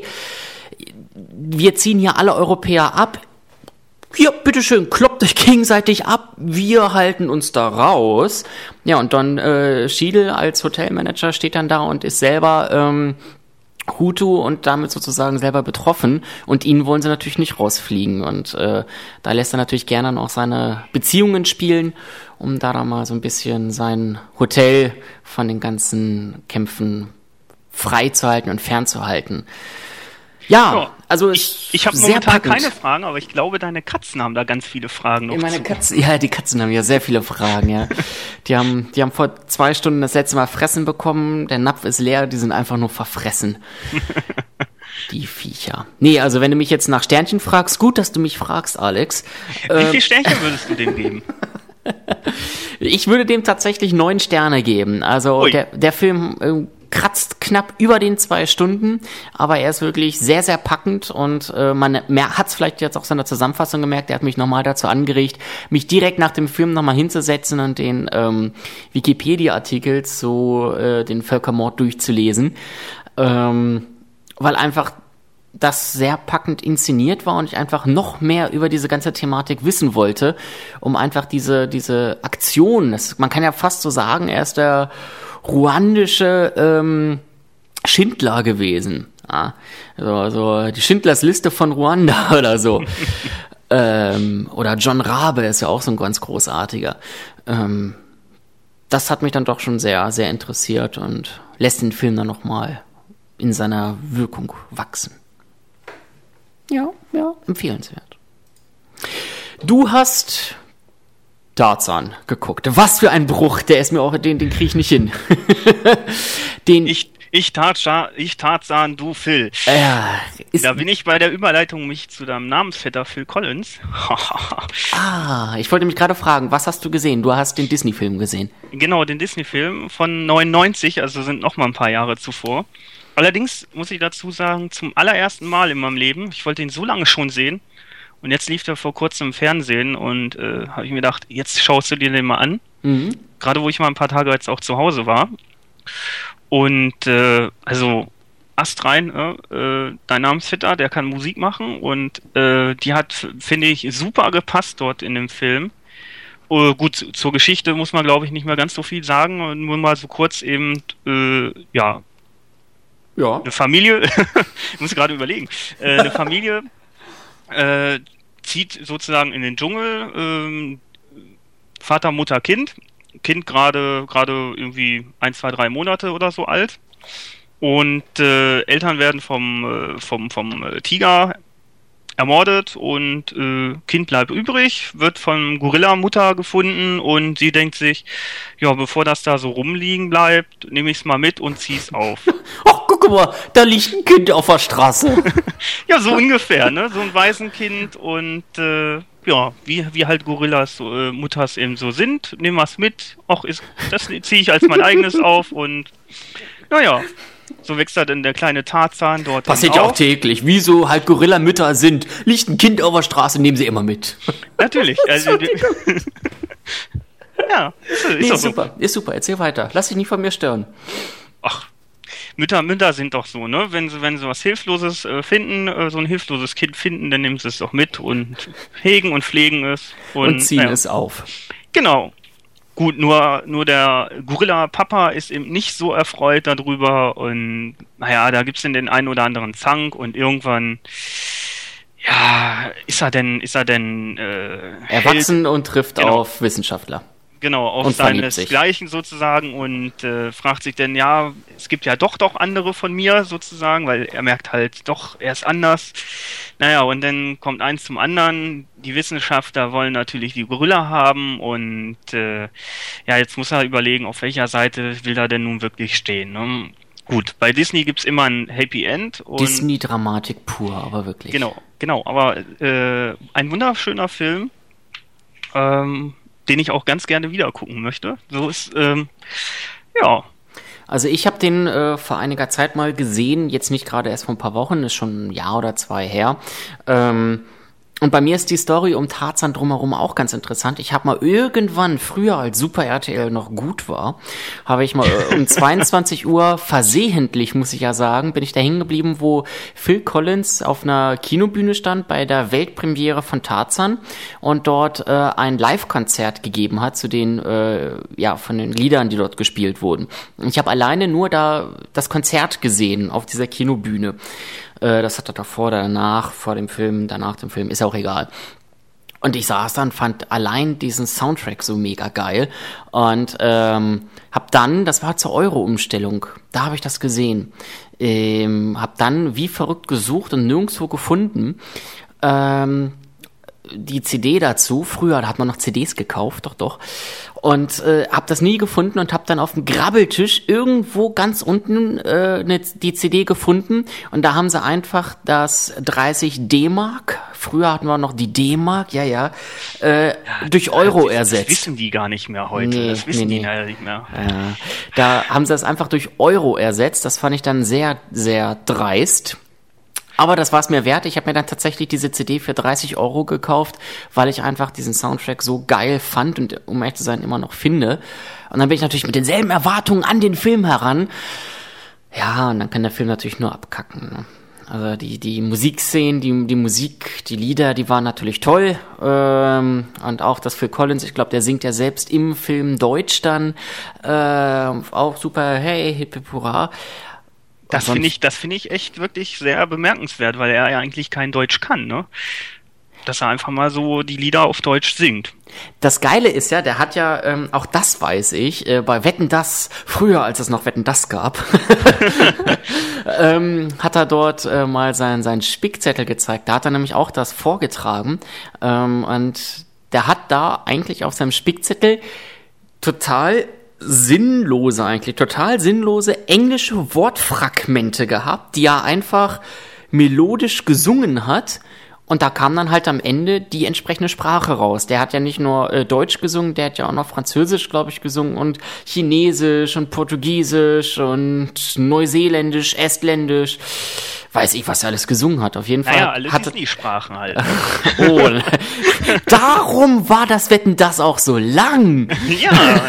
wir ziehen hier alle Europäer ab, hier, bitteschön, kloppt euch gegenseitig ab, wir halten uns da raus. Ja, und Don Cheadle als Hotelmanager steht dann da und ist selber Hutu und damit sozusagen selber betroffen und ihn wollen sie natürlich nicht rausfliegen und da lässt er natürlich gerne dann auch seine Beziehungen spielen, um da mal so ein bisschen sein Hotel von den ganzen Kämpfen freizuhalten und fernzuhalten. Ja, also ich habe momentan keine Fragen, aber ich glaube, deine Katzen haben da ganz viele Fragen noch. Die Katzen haben ja sehr viele Fragen, ja. Die haben vor 2 Stunden das letzte Mal Fressen bekommen, der Napf ist leer, die sind einfach nur verfressen. Die Viecher. Nee, also wenn du mich jetzt nach Sternchen fragst, gut, dass du mich fragst, Alex. Wie viele Sternchen würdest du dem geben? Ich würde dem tatsächlich 9 Sterne geben. Also der Film kratzt knapp über den 2 Stunden, aber er ist wirklich sehr, sehr packend und man hat es vielleicht jetzt auch in der Zusammenfassung gemerkt, er hat mich nochmal dazu angeregt, mich direkt nach dem Film nochmal hinzusetzen und den Wikipedia-Artikel zu den Völkermord durchzulesen, weil einfach das sehr packend inszeniert war und ich einfach noch mehr über diese ganze Thematik wissen wollte, um einfach diese Aktion, man kann ja fast so sagen, er ist der ruandische Schindler gewesen. Ja, so die Schindlers Liste von Ruanda oder so. Oder John Rabe ist ja auch so ein ganz großartiger. Das hat mich dann doch schon sehr, sehr interessiert und lässt den Film dann nochmal in seiner Wirkung wachsen. Ja, empfehlenswert. Du hast Tarzan geguckt. Was für ein Bruch, der ist mir auch, den kriege ich nicht hin. Ich Tarzan, du Phil. Da bin ich bei der Überleitung mich zu deinem Namensvetter Phil Collins. Ich wollte mich gerade fragen, was hast du gesehen? Du hast den Disney-Film gesehen. Genau, den Disney-Film von 99, also sind noch mal ein paar Jahre zuvor. Allerdings muss ich dazu sagen, zum allerersten Mal in meinem Leben, ich wollte ihn so lange schon sehen und jetzt lief der vor kurzem im Fernsehen und habe ich mir gedacht, jetzt schaust du dir den mal an. Mhm. Gerade wo ich mal ein paar Tage jetzt auch zu Hause war. Und also astrein, dein Namensvetter, der kann Musik machen und die hat, finde ich, super gepasst dort in dem Film. Gut, zur Geschichte muss man, glaube ich, nicht mehr ganz so viel sagen, nur mal so kurz eben, eine Familie, ich muss gerade überlegen, eine Familie zieht sozusagen in den Dschungel, Vater, Mutter, Kind gerade irgendwie 1, 2, 3 Monate oder so alt und Eltern werden vom Tiger ermordet und Kind bleibt übrig, wird von Gorilla-Mutter gefunden und sie denkt sich, ja, bevor das da so rumliegen bleibt, nehme ich es mal mit und zieh's auf. Ach, guck mal, da liegt ein Kind auf der Straße. Ja, so ungefähr, ne? So ein Waisenkind und wie halt Gorillas, Mutters eben so sind, nehmen wir's mit, das ziehe ich als mein eigenes auf und naja. So wächst dann der kleine Tarzan dort. Passiert ja auch täglich. Wieso halt Gorilla-Mütter sind. Liegt ein Kind auf der Straße, nehmen sie immer mit. Natürlich. Also, ja, ist super. So. Ist super. Erzähl weiter. Lass dich nicht von mir stören. Ach, Mütter sind doch so, ne? Wenn sie was Hilfloses finden, so ein hilfloses Kind finden, dann nehmen sie es doch mit und hegen und pflegen es. Und ziehen es auf. Genau. Gut, nur der Gorilla-Papa ist eben nicht so erfreut darüber und naja, da gibt's den einen oder anderen Zank und irgendwann, ja, ist er denn erwachsen Held, und trifft auf Wissenschaftler. Genau, auf seinesgleichen sozusagen und fragt sich dann, ja, es gibt ja doch andere von mir sozusagen, weil er merkt halt doch, er ist anders. Naja, und dann kommt eins zum anderen. Die Wissenschaftler wollen natürlich die Gorilla haben und jetzt muss er überlegen, auf welcher Seite will er denn nun wirklich stehen. Ne? Gut, bei Disney gibt's immer ein Happy End. Disney-Dramatik pur, aber wirklich. Genau, aber ein wunderschöner Film, den ich auch ganz gerne wieder gucken möchte. So ist, Also ich habe den vor einiger Zeit mal gesehen, jetzt nicht gerade erst vor ein paar Wochen, ist schon ein Jahr oder 2 her. Und bei mir ist die Story um Tarzan drumherum auch ganz interessant. Ich habe mal irgendwann, früher als Super RTL noch gut war, habe ich mal um 22 Uhr versehentlich, muss ich ja sagen, bin ich da hängen geblieben, wo Phil Collins auf einer Kinobühne stand bei der Weltpremiere von Tarzan und dort ein Live-Konzert gegeben hat zu den von den Liedern, die dort gespielt wurden. Ich habe alleine nur da das Konzert gesehen auf dieser Kinobühne. Das hat er davor, danach, vor dem Film, danach dem Film, ist auch egal. Und ich saß dann, fand allein diesen Soundtrack so mega geil und hab dann, das war zur Euro-Umstellung, da habe ich das gesehen, hab dann wie verrückt gesucht und nirgendwo gefunden, die CD dazu. Früher, da hat man noch CDs gekauft, doch. Und habe das nie gefunden und habe dann auf dem Grabbeltisch irgendwo ganz unten die CD gefunden. Und da haben sie einfach das 30 D-Mark, früher hatten wir noch die D-Mark, durch Euro ersetzt. Das wissen die gar nicht mehr heute. Nee, das wissen die leider nicht mehr. Da haben sie das einfach durch Euro ersetzt. Das fand ich dann sehr, sehr dreist. Aber das war es mir wert. Ich habe mir dann tatsächlich diese CD für 30 Euro gekauft, weil ich einfach diesen Soundtrack so geil fand und, um ehrlich zu sein, immer noch finde. Und dann bin ich natürlich mit denselben Erwartungen an den Film heran. Ja, und dann kann der Film natürlich nur abkacken. Ne? Also die Musikszenen, die Musik, die Lieder, die waren natürlich toll. Und auch das Phil Collins, ich glaube, der singt ja selbst im Film Deutsch dann. Auch super, hey, hip hip hurra. Das finde ich echt wirklich sehr bemerkenswert, weil er ja eigentlich kein Deutsch kann, ne? Dass er einfach mal so die Lieder auf Deutsch singt. Das Geile ist ja, der hat ja, auch das weiß ich, bei Wetten, dass, früher als es noch Wetten, dass gab, hat er dort mal seinen Spickzettel gezeigt. Da hat er nämlich auch das vorgetragen. Und der hat da eigentlich auf seinem Spickzettel total sinnlose englische Wortfragmente gehabt, die er einfach melodisch gesungen hat. Und da kam dann halt am Ende die entsprechende Sprache raus. Der hat ja nicht nur Deutsch gesungen, der hat ja auch noch Französisch, glaube ich, gesungen und Chinesisch und Portugiesisch und Neuseeländisch, Estländisch. Weiß ich, was er alles gesungen hat. Auf jeden Fall. Ja, alle Disney-Sprachen halt. Oh, darum war das Wetten, das auch so lang. Ja.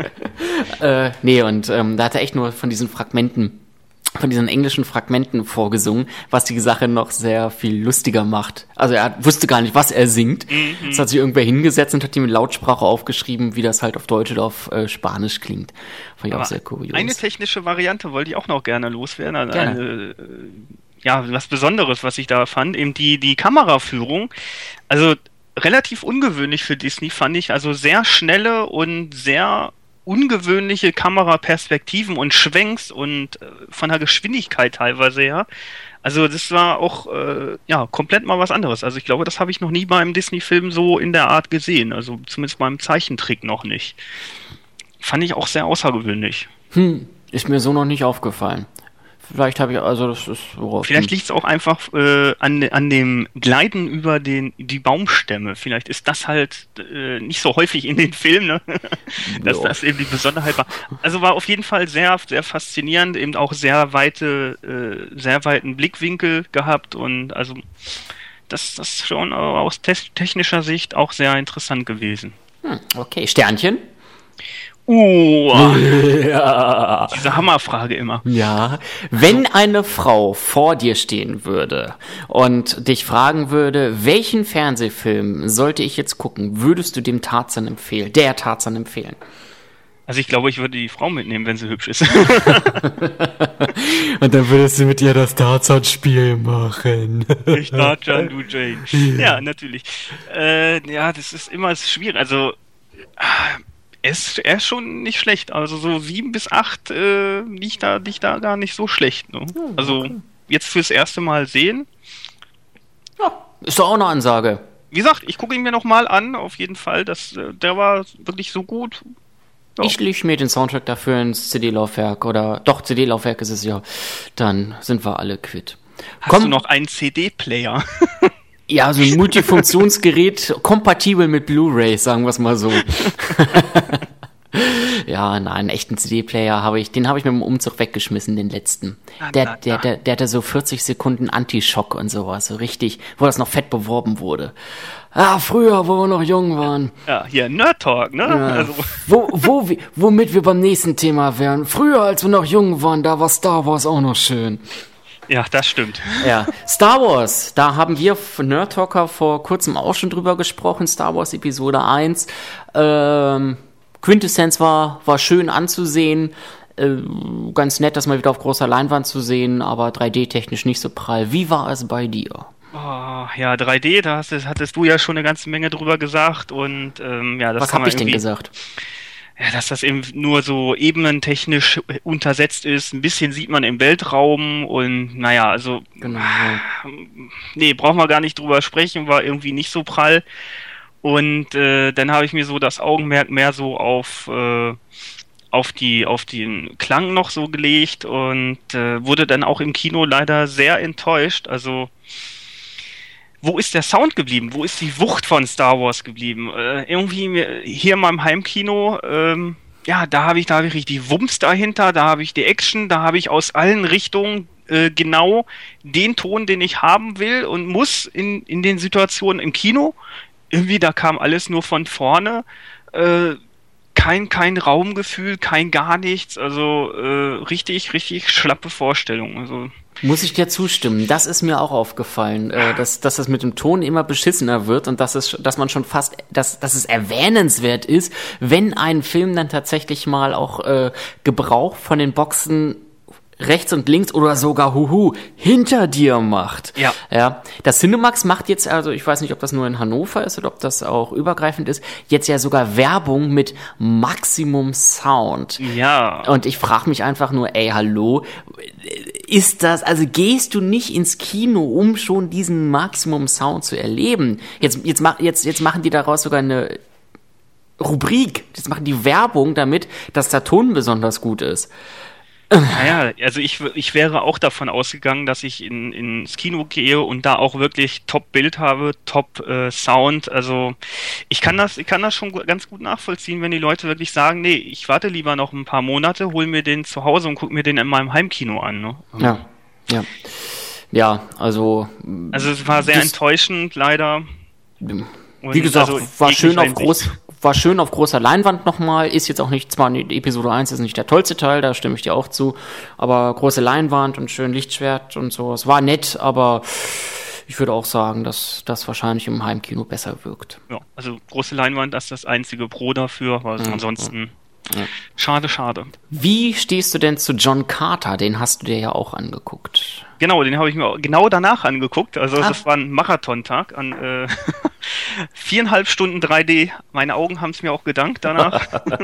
Da hat er echt nur von diesen englischen Fragmenten vorgesungen, was die Sache noch sehr viel lustiger macht. Also er wusste gar nicht, was er singt. Es hat sich irgendwer hingesetzt und hat ihm mit Lautsprache aufgeschrieben, wie das halt auf Deutsch oder auf Spanisch klingt. Fand ich auch sehr kurios. Eine technische Variante wollte ich auch noch gerne loswerden. Gerne. Was Besonderes, was ich da fand, eben die Kameraführung. Also relativ ungewöhnlich für Disney, fand ich. Also sehr schnelle und sehr ungewöhnliche Kameraperspektiven und Schwenks und von der Geschwindigkeit teilweise her. Also das war auch komplett mal was anderes. Also ich glaube, das habe ich noch nie bei einem Disney-Film so in der Art gesehen. Also zumindest beim Zeichentrick noch nicht. Fand ich auch sehr außergewöhnlich. Ist mir so noch nicht aufgefallen. Vielleicht habe ich, also das ist... Vielleicht liegt es auch einfach an dem Gleiten über die Baumstämme. Vielleicht ist das halt nicht so häufig in den Filmen, ne? Dass das eben die Besonderheit war. Also war auf jeden Fall sehr, sehr faszinierend, eben auch sehr weiten Blickwinkel gehabt und also das schon aus technischer Sicht auch sehr interessant gewesen. Okay, Sternchen? Ja. Diese Hammerfrage immer. Ja, wenn eine Frau vor dir stehen würde und dich fragen würde, welchen Fernsehfilm sollte ich jetzt gucken, würdest du der Tarzan empfehlen? Also ich glaube, ich würde die Frau mitnehmen, wenn sie hübsch ist. Und dann würdest du mit ihr das Tarzan-Spiel machen. Ich Tarzan, du Jane. Ja, natürlich. Das ist immer schwierig. Also er ist schon nicht schlecht. Also so 7 bis 8 liegt da gar nicht so schlecht. Ne? Also jetzt fürs erste Mal sehen. Ja, ist doch auch eine Ansage. Wie gesagt, ich gucke ihn mir nochmal an, auf jeden Fall. Der war wirklich so gut. Ja. Ich lege mir den Soundtrack dafür ins CD-Laufwerk CD-Laufwerk ist es ja. Dann sind wir alle quitt. Hast du noch einen CD-Player? Ja, so ein Multifunktionsgerät, kompatibel mit Blu-ray, sagen wir es mal so. Ja, nein, einen echten CD-Player habe ich mit dem Umzug weggeschmissen, den letzten. Der hatte so 40 Sekunden Anti-Schock und sowas, so richtig, wo das noch fett beworben wurde. Früher, wo wir noch jung waren. Ja, hier, Nerd Talk, ne? Ja. Also. Womit wir beim nächsten Thema wären. Früher, als wir noch jung waren, da war Star Wars auch noch schön. Ja, das stimmt. Ja, Star Wars, da haben wir Nerd Talker vor kurzem auch schon drüber gesprochen, Star Wars Episode 1. Quintessenz war schön anzusehen, ganz nett, das mal wieder auf großer Leinwand zu sehen, aber 3D-technisch nicht so prall. Wie war es bei dir? Oh, ja, 3D, da hattest du ja schon eine ganze Menge drüber gesagt und das Was habe ich denn gesagt? Ja, dass das eben nur so ebenentechnisch untersetzt ist. Ein bisschen sieht man im Weltraum und also genau. Nee, brauchen wir gar nicht drüber sprechen, war irgendwie nicht so prall. Und dann habe ich mir so das Augenmerk mehr so auf den Klang noch so gelegt und wurde dann auch im Kino leider sehr enttäuscht. Also wo ist der Sound geblieben? Wo ist die Wucht von Star Wars geblieben? Irgendwie hier in meinem Heimkino, da habe ich richtig Wumms dahinter, da habe ich die Action, da habe ich aus allen Richtungen genau den Ton, den ich haben will und muss in den Situationen im Kino. Irgendwie, da kam alles nur von vorne. Kein Raumgefühl, kein gar nichts. Also richtig, richtig schlappe Vorstellung. Also Muss ich dir zustimmen. Das ist mir auch aufgefallen, dass es mit dem Ton immer beschissener wird und dass es erwähnenswert ist, wenn ein Film dann tatsächlich mal auch Gebrauch von den Boxen rechts und links oder sogar hinter dir macht. Ja. Das Cinemax macht jetzt, also ich weiß nicht, ob das nur in Hannover ist oder ob das auch übergreifend ist, jetzt ja sogar Werbung mit Maximum Sound. Ja. Und ich frage mich einfach nur, hallo, gehst du nicht ins Kino, um schon diesen Maximum Sound zu erleben? Jetzt machen die daraus sogar eine Rubrik. Jetzt machen die Werbung damit, dass der Ton besonders gut ist. Naja, also ich wäre auch davon ausgegangen, dass ich ins Kino gehe und da auch wirklich Top-Bild habe, Top-Sound. Also ich kann das schon ganz gut nachvollziehen, wenn die Leute wirklich sagen, nee, ich warte lieber noch ein paar Monate, hol mir den zu Hause und guck mir den in meinem Heimkino an. Ne? Ja. Ja, also... Also es war sehr enttäuschend, leider. Wie gesagt, war schön auf großer Leinwand nochmal, ist jetzt auch nicht, zwar in Episode 1 ist nicht der tollste Teil, da stimme ich dir auch zu, aber große Leinwand und schön Lichtschwert und so, es war nett, aber ich würde auch sagen, dass das wahrscheinlich im Heimkino besser wirkt. Ja, also große Leinwand, das ist das einzige Pro dafür, aber ansonsten schade. Wie stehst du denn zu John Carter? Den hast du dir ja auch angeguckt. Genau, den habe ich mir genau danach angeguckt. Also das war ein Marathontag an 4,5 Stunden 3D. Meine Augen haben es mir auch gedankt danach.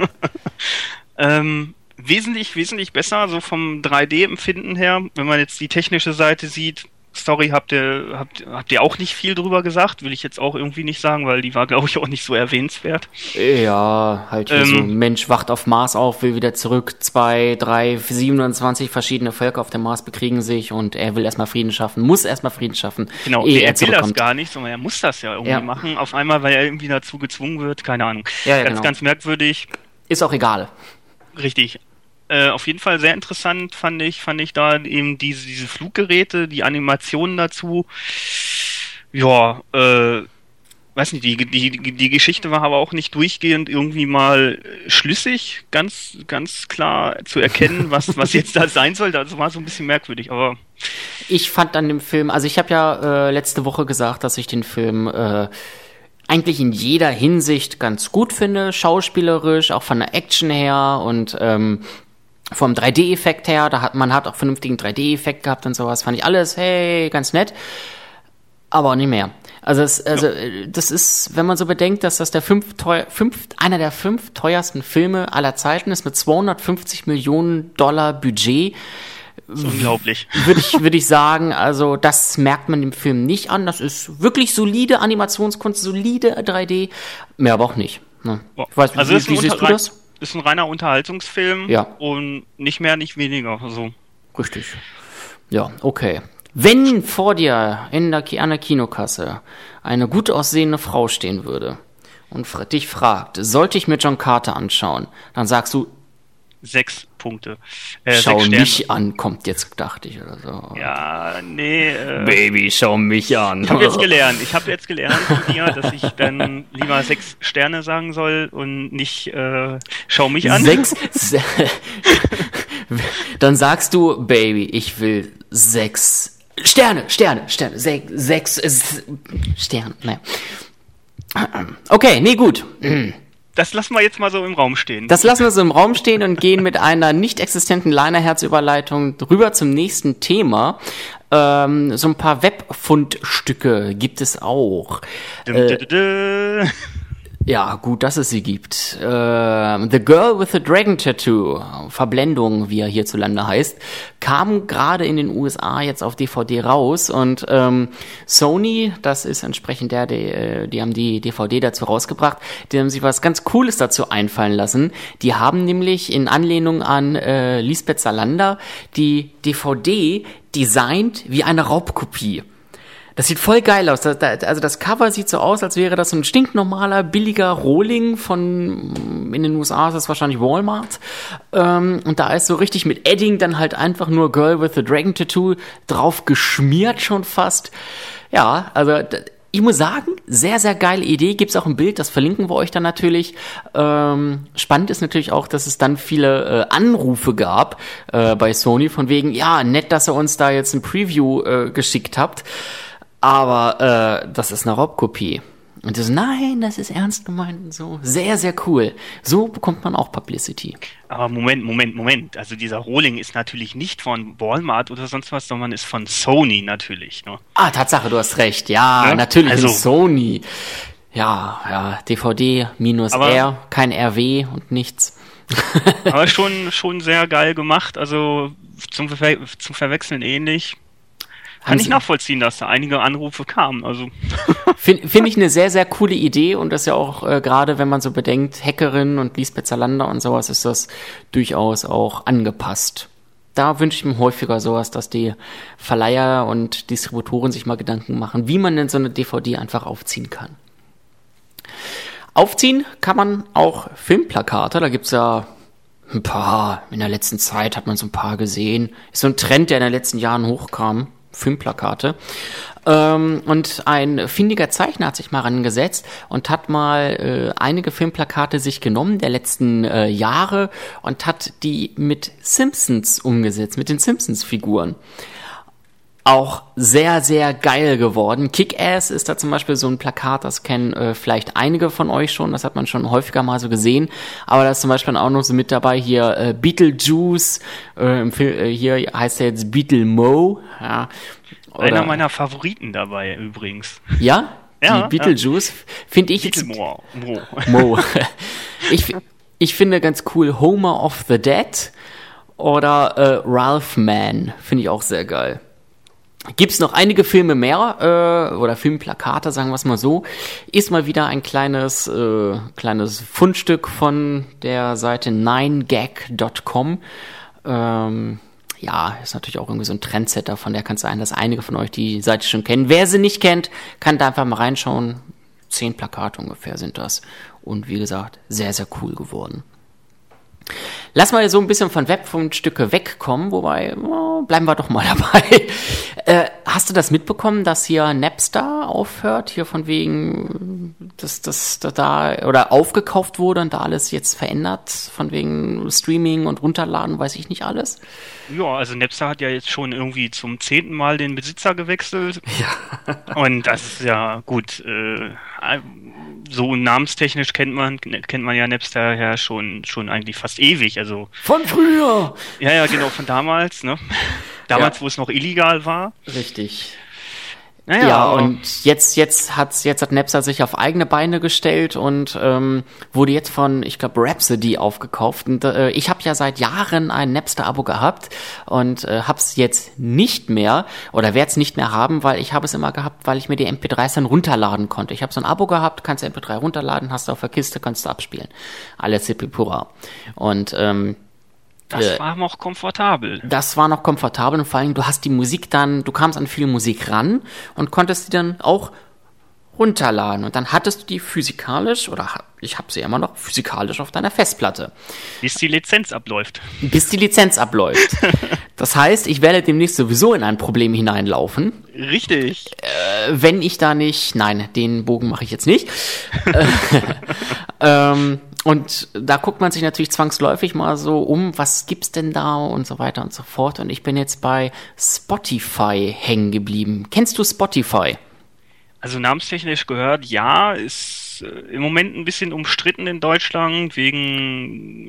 Wesentlich besser, so vom 3D-Empfinden her. Wenn man jetzt die technische Seite sieht, Story habt ihr auch nicht viel drüber gesagt, will ich jetzt auch irgendwie nicht sagen, weil die war, glaube ich, auch nicht so erwähnenswert. Ja, halt wie so ein Mensch wacht auf Mars auf, will wieder zurück, 2, 3, 27 verschiedene Völker auf dem Mars bekriegen sich und er will erstmal Frieden schaffen, muss erstmal Frieden schaffen. Genau, er will das gar nicht, sondern er muss das ja irgendwie machen, auf einmal, weil er irgendwie dazu gezwungen wird, keine Ahnung. Ganz merkwürdig. Ist auch egal. Richtig. Auf jeden Fall sehr interessant fand ich da eben diese Fluggeräte, die Animationen dazu. Ja, weiß nicht, die Geschichte war aber auch nicht durchgehend irgendwie mal schlüssig, ganz klar zu erkennen, was jetzt da sein soll. Das war so ein bisschen merkwürdig, aber... Ich fand an dem Film, also ich habe ja letzte Woche gesagt, dass ich den Film... eigentlich in jeder Hinsicht ganz gut finde, schauspielerisch, auch von der Action her und vom 3D-Effekt her, man hat auch vernünftigen 3D-Effekt gehabt und sowas, fand ich alles, ganz nett, aber auch nicht mehr. Also das ist, wenn man so bedenkt, dass das einer der 5 teuersten Filme aller Zeiten ist, mit $250 Millionen Budget, unglaublich. Würde ich sagen, also das merkt man dem Film nicht an. Das ist wirklich solide Animationskunst, solide 3D, mehr aber auch nicht. Ne? Ich weiß, also wie siehst du das? Ist ein reiner Unterhaltungsfilm und nicht mehr, nicht weniger. So. Richtig. Ja, okay. Wenn vor dir an der Kinokasse eine gut aussehende Frau stehen würde und dich fragt, sollte ich mir John Carter anschauen, dann sagst du 6 Punkte. Schau mich an, kommt jetzt, dachte ich, oder so. Ja, nee. Baby, schau mich an. Ich habe jetzt gelernt von dir, dass ich dann lieber 6 Sterne sagen soll und nicht schau mich an. 6? Dann sagst du, Baby, ich will 6 Sterne. 6 Sterne. Naja. Okay, nee, gut. Das lassen wir jetzt mal so im Raum stehen. Das lassen wir so im Raum stehen und gehen mit einer nicht existenten Liner-Herz-Überleitung rüber zum nächsten Thema. So ein paar Webfundstücke gibt es auch. Ja, gut, dass es sie gibt. The Girl with the Dragon Tattoo, Verblendung, wie er hierzulande heißt, kam gerade in den USA jetzt auf DVD raus und Sony, das ist entsprechend die haben die DVD dazu rausgebracht, die haben sich was ganz Cooles dazu einfallen lassen. Die haben nämlich in Anlehnung an Lisbeth Salander die DVD designt wie eine Raubkopie. Das sieht voll geil aus. Also das Cover sieht so aus, als wäre das so ein stinknormaler, billiger Rohling in den USA ist das wahrscheinlich Walmart. Und da ist so richtig mit Edding dann halt einfach nur Girl with the Dragon Tattoo drauf geschmiert schon fast. Ja, also ich muss sagen, sehr, sehr geile Idee. Gibt's auch ein Bild, das verlinken wir euch dann natürlich. Spannend ist natürlich auch, dass es dann viele Anrufe gab bei Sony von wegen, ja, nett, dass ihr uns da jetzt ein Preview geschickt habt, aber das ist eine Raubkopie. Und das, nein, das ist ernst gemeint und so. Sehr, sehr cool. So bekommt man auch Publicity. Aber Moment. Also dieser Rohling ist natürlich nicht von Walmart oder sonst was, sondern ist von Sony natürlich. Ne? Ah, Tatsache, du hast recht. Ja, natürlich also, Sony. Ja, DVD minus R, kein RW und nichts. Aber schon sehr geil gemacht. Also zum Verwechseln ähnlich. Kann ich nachvollziehen, dass da einige Anrufe kamen. Also Finde ich eine sehr, sehr coole Idee und das ja auch gerade, wenn man so bedenkt, Hackerin und Lisbeth Salander und sowas, ist das durchaus auch angepasst. Da wünsche ich mir häufiger sowas, dass die Verleiher und Distributoren sich mal Gedanken machen, wie man denn so eine DVD einfach aufziehen kann. Aufziehen kann man auch Filmplakate, da gibt's ja ein paar, in der letzten Zeit hat man so ein paar gesehen. Ist so ein Trend, der in den letzten Jahren hochkam. Filmplakate. Und ein findiger Zeichner hat sich mal rangesetzt und hat mal einige Filmplakate sich genommen der letzten Jahre und hat die mit Simpsons umgesetzt, mit den Simpsons-Figuren. Auch sehr, sehr geil geworden. Kick-Ass ist da zum Beispiel so ein Plakat, das kennen vielleicht einige von euch schon, das hat man schon häufiger mal so gesehen, aber da ist zum Beispiel auch noch so mit dabei hier Beetlejuice, hier heißt er jetzt Beetle-Mo. Ja, einer meiner Favoriten dabei übrigens. Ja? Die Beetlejuice finde ich jetzt... Mo. Ich finde ganz cool Homer of the Dead oder Ralph Man, finde ich auch sehr geil. Gibt's noch einige Filme mehr, oder Filmplakate, sagen wir es mal so. Ist mal wieder ein kleines Fundstück von der Seite 9gag.com. Ja, ist natürlich auch irgendwie so ein Trendsetter, von der kann es sein, dass einige von euch die Seite schon kennen. Wer sie nicht kennt, kann da einfach mal reinschauen. 10 Plakate ungefähr sind das. Und wie gesagt, sehr, sehr cool geworden. Lass mal so ein bisschen von Webfundstücke wegkommen, wobei, bleiben wir doch mal dabei. Hast du das mitbekommen, dass hier Napster aufhört, hier von wegen, dass da oder aufgekauft wurde und da alles jetzt verändert, von wegen Streaming und Runterladen, weiß ich nicht alles? Ja, also Napster hat ja jetzt schon irgendwie zum 10. Mal den Besitzer gewechselt. Ja. Und das ist ja gut, so namenstechnisch kennt man ja Napster ja schon eigentlich fast ewig, also von früher. Ja, genau, von damals, ne? Damals, wo es noch illegal war. Richtig. Naja, ja, und jetzt hat Napster sich auf eigene Beine gestellt und wurde jetzt von, ich glaube, Rhapsody aufgekauft. Und ich habe ja seit Jahren ein Napster-Abo gehabt und hab's jetzt nicht mehr oder werde es nicht mehr haben, weil ich habe es immer gehabt, weil ich mir die MP3s dann runterladen konnte. Ich habe so ein Abo gehabt, kannst du MP3 runterladen, hast du auf der Kiste, kannst du abspielen. Alles hippie pura. Und das war noch komfortabel. Das war noch komfortabel und vor allem, du hast die Musik dann, du kamst an viel Musik ran und konntest die dann auch runterladen. Und dann hattest du die physikalisch, oder ich habe sie immer noch physikalisch auf deiner Festplatte. Bis die Lizenz abläuft. Das heißt, ich werde demnächst sowieso in ein Problem hineinlaufen. Richtig. Wenn ich da nicht, nein, den Bogen mache ich jetzt nicht. Und da guckt man sich natürlich zwangsläufig mal so um, was gibt's denn da und so weiter und so fort. Und ich bin jetzt bei Spotify hängen geblieben. Kennst du Spotify? Also namenstechnisch gehört, ja, ist im Moment ein bisschen umstritten in Deutschland wegen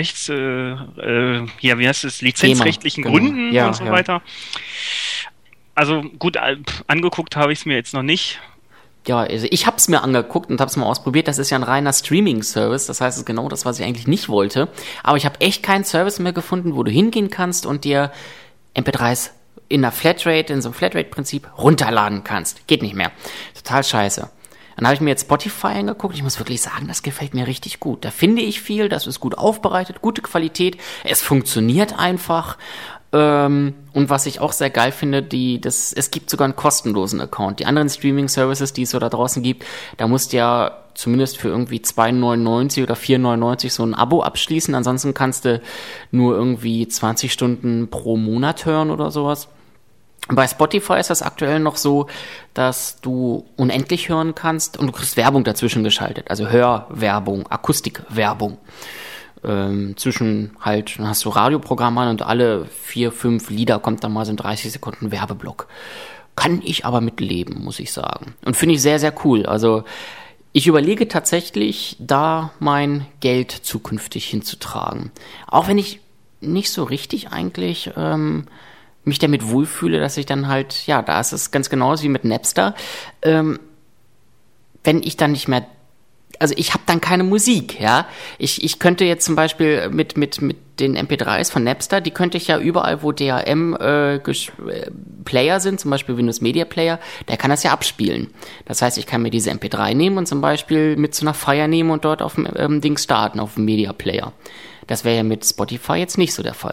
lizenzrechtlichen Gründen und so weiter. Also gut, angeguckt habe ich es mir jetzt noch nicht. Ja, also ich habe es mir angeguckt und habe es mal ausprobiert. Das ist ja ein reiner Streaming-Service. Das heißt, es ist genau das, was ich eigentlich nicht wollte. Aber ich habe echt keinen Service mehr gefunden, wo du hingehen kannst und dir MP3s in einer Flatrate, in so einem Flatrate-Prinzip runterladen kannst. Geht nicht mehr. Total scheiße. Dann habe ich mir jetzt Spotify angeguckt. Ich muss wirklich sagen, das gefällt mir richtig gut. Da finde ich viel, das ist gut aufbereitet, gute Qualität. Es funktioniert einfach. Und was ich auch sehr geil finde, es gibt sogar einen kostenlosen Account. Die anderen Streaming-Services, die es so da draußen gibt, da musst du ja zumindest für irgendwie 2,99 oder 4,99 so ein Abo abschließen. Ansonsten kannst du nur irgendwie 20 Stunden pro Monat hören oder sowas. Bei Spotify ist das aktuell noch so, dass du unendlich hören kannst und du kriegst Werbung dazwischen geschaltet. Also Hörwerbung, Akustikwerbung. Zwischen halt, dann hast du Radioprogramm an und alle 4, 5 Lieder kommt dann mal so ein 30 Sekunden Werbeblock. Kann ich aber mitleben, muss ich sagen. Und finde ich sehr, sehr cool. Also ich überlege tatsächlich, da mein Geld zukünftig hinzutragen. Auch wenn ich nicht so richtig eigentlich mich damit wohlfühle, dass ich dann halt, ja, da ist es ganz genauso wie mit Napster. Wenn ich dann nicht mehr, also ich habe dann keine Musik, ja. Ich könnte jetzt zum Beispiel mit den MP3s von Napster, die könnte ich ja überall, wo DRM Player sind, zum Beispiel Windows Media Player, der kann das ja abspielen. Das heißt, ich kann mir diese MP3 nehmen und zum Beispiel mit zu einer Feier nehmen und dort auf dem Ding starten, auf dem Media Player. Das wäre ja mit Spotify jetzt nicht so der Fall.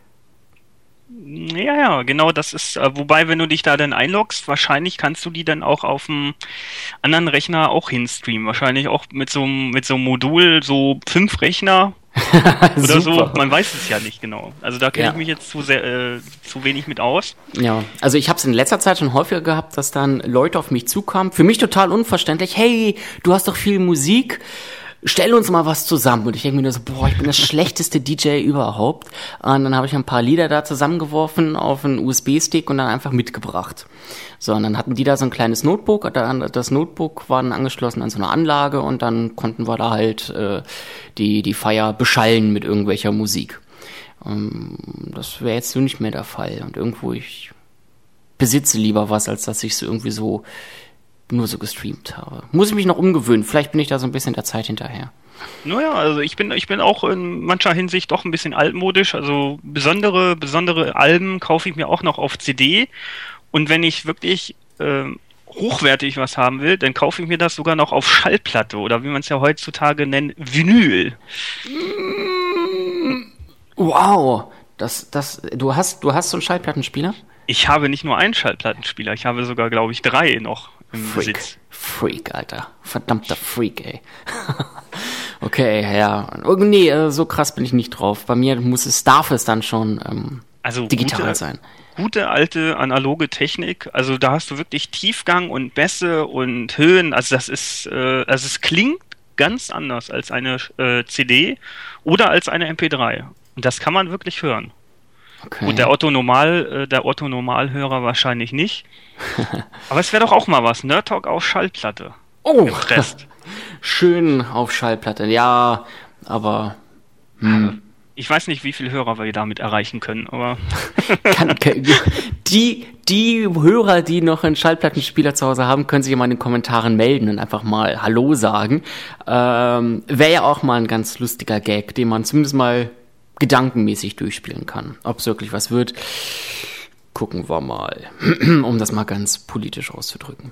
Ja, genau, das ist, wobei, wenn du dich da dann einloggst, wahrscheinlich kannst du die dann auch auf dem anderen Rechner auch hinstreamen. Wahrscheinlich auch mit so einem Modul, so 5 Rechner oder so. Man weiß es ja nicht genau. Also da kenne ich mich jetzt zu wenig mit aus. Ja, also ich habe es in letzter Zeit schon häufiger gehabt, dass dann Leute auf mich zukamen. Für mich total unverständlich. Hey, du hast doch viel Musik. Stell uns mal was zusammen. Und ich denke mir nur so, boah, ich bin das schlechteste DJ überhaupt. Und dann habe ich ein paar Lieder da zusammengeworfen auf einen USB-Stick und dann einfach mitgebracht. So, und dann hatten die da so ein kleines Notebook. Das Notebook war dann angeschlossen an so eine Anlage und dann konnten wir da halt die Feier beschallen mit irgendwelcher Musik. Das wäre jetzt so nicht mehr der Fall. Und irgendwo, ich besitze lieber was, als dass ich so irgendwie so nur so gestreamt habe. Muss ich mich noch umgewöhnen. Vielleicht bin ich da so ein bisschen der Zeit hinterher. Naja, also ich bin auch in mancher Hinsicht doch ein bisschen altmodisch. Also besondere Alben kaufe ich mir auch noch auf CD. Und wenn ich wirklich hochwertig was haben will, dann kaufe ich mir das sogar noch auf Schallplatte oder wie man es ja heutzutage nennt, Vinyl. Wow, du hast so einen Schallplattenspieler? Ich habe nicht nur einen Schallplattenspieler, ich habe sogar, glaube ich, 3 noch im Besitz. Freak, Alter. Verdammter Freak, ey. Okay, ja. Nee, so krass bin ich nicht drauf. Bei mir darf es dann schon digital sein. Gute alte analoge Technik, also da hast du wirklich Tiefgang und Bässe und Höhen, also das ist, also es klingt ganz anders als eine CD oder als eine MP3. Und das kann man wirklich hören. Okay. Und der Otto Normalhörer wahrscheinlich nicht. Aber es wäre doch auch mal was. Nerd Talk auf Schallplatte. Oh! Schön auf Schallplatte. Ja, aber ich weiß nicht, wie viele Hörer wir damit erreichen können, aber die Hörer, die noch einen Schallplattenspieler zu Hause haben, können sich mal in den Kommentaren melden und einfach mal Hallo sagen. Wäre ja auch mal ein ganz lustiger Gag, den man zumindest mal gedankenmäßig durchspielen kann. Ob es wirklich was wird, gucken wir mal, um das mal ganz politisch auszudrücken.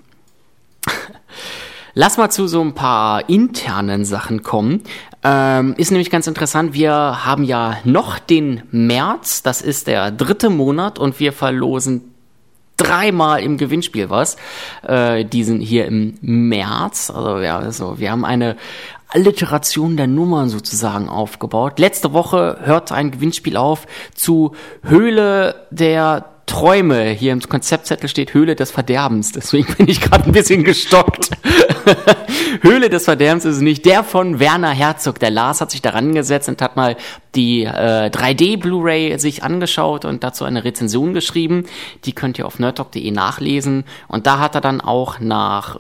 Lass mal zu so ein paar internen Sachen kommen. Ist nämlich ganz interessant, wir haben ja noch den März, das ist der 3. Monat und wir verlosen 3-mal im Gewinnspiel was, diesen hier im März. Also ja, wir haben eine Alliteration der Nummern sozusagen aufgebaut. Letzte Woche hörte ein Gewinnspiel auf zu Höhle der Träume. Hier im Konzeptzettel steht Höhle des Verderbens. Deswegen bin ich gerade ein bisschen gestockt. Höhle des Verderbens ist es nicht. Der von Werner Herzog. Der Lars hat sich daran gesetzt und hat mal die 3D Blu-ray sich angeschaut und dazu eine Rezension geschrieben. Die könnt ihr auf nerdtalk.de nachlesen. Und da hat er dann auch nach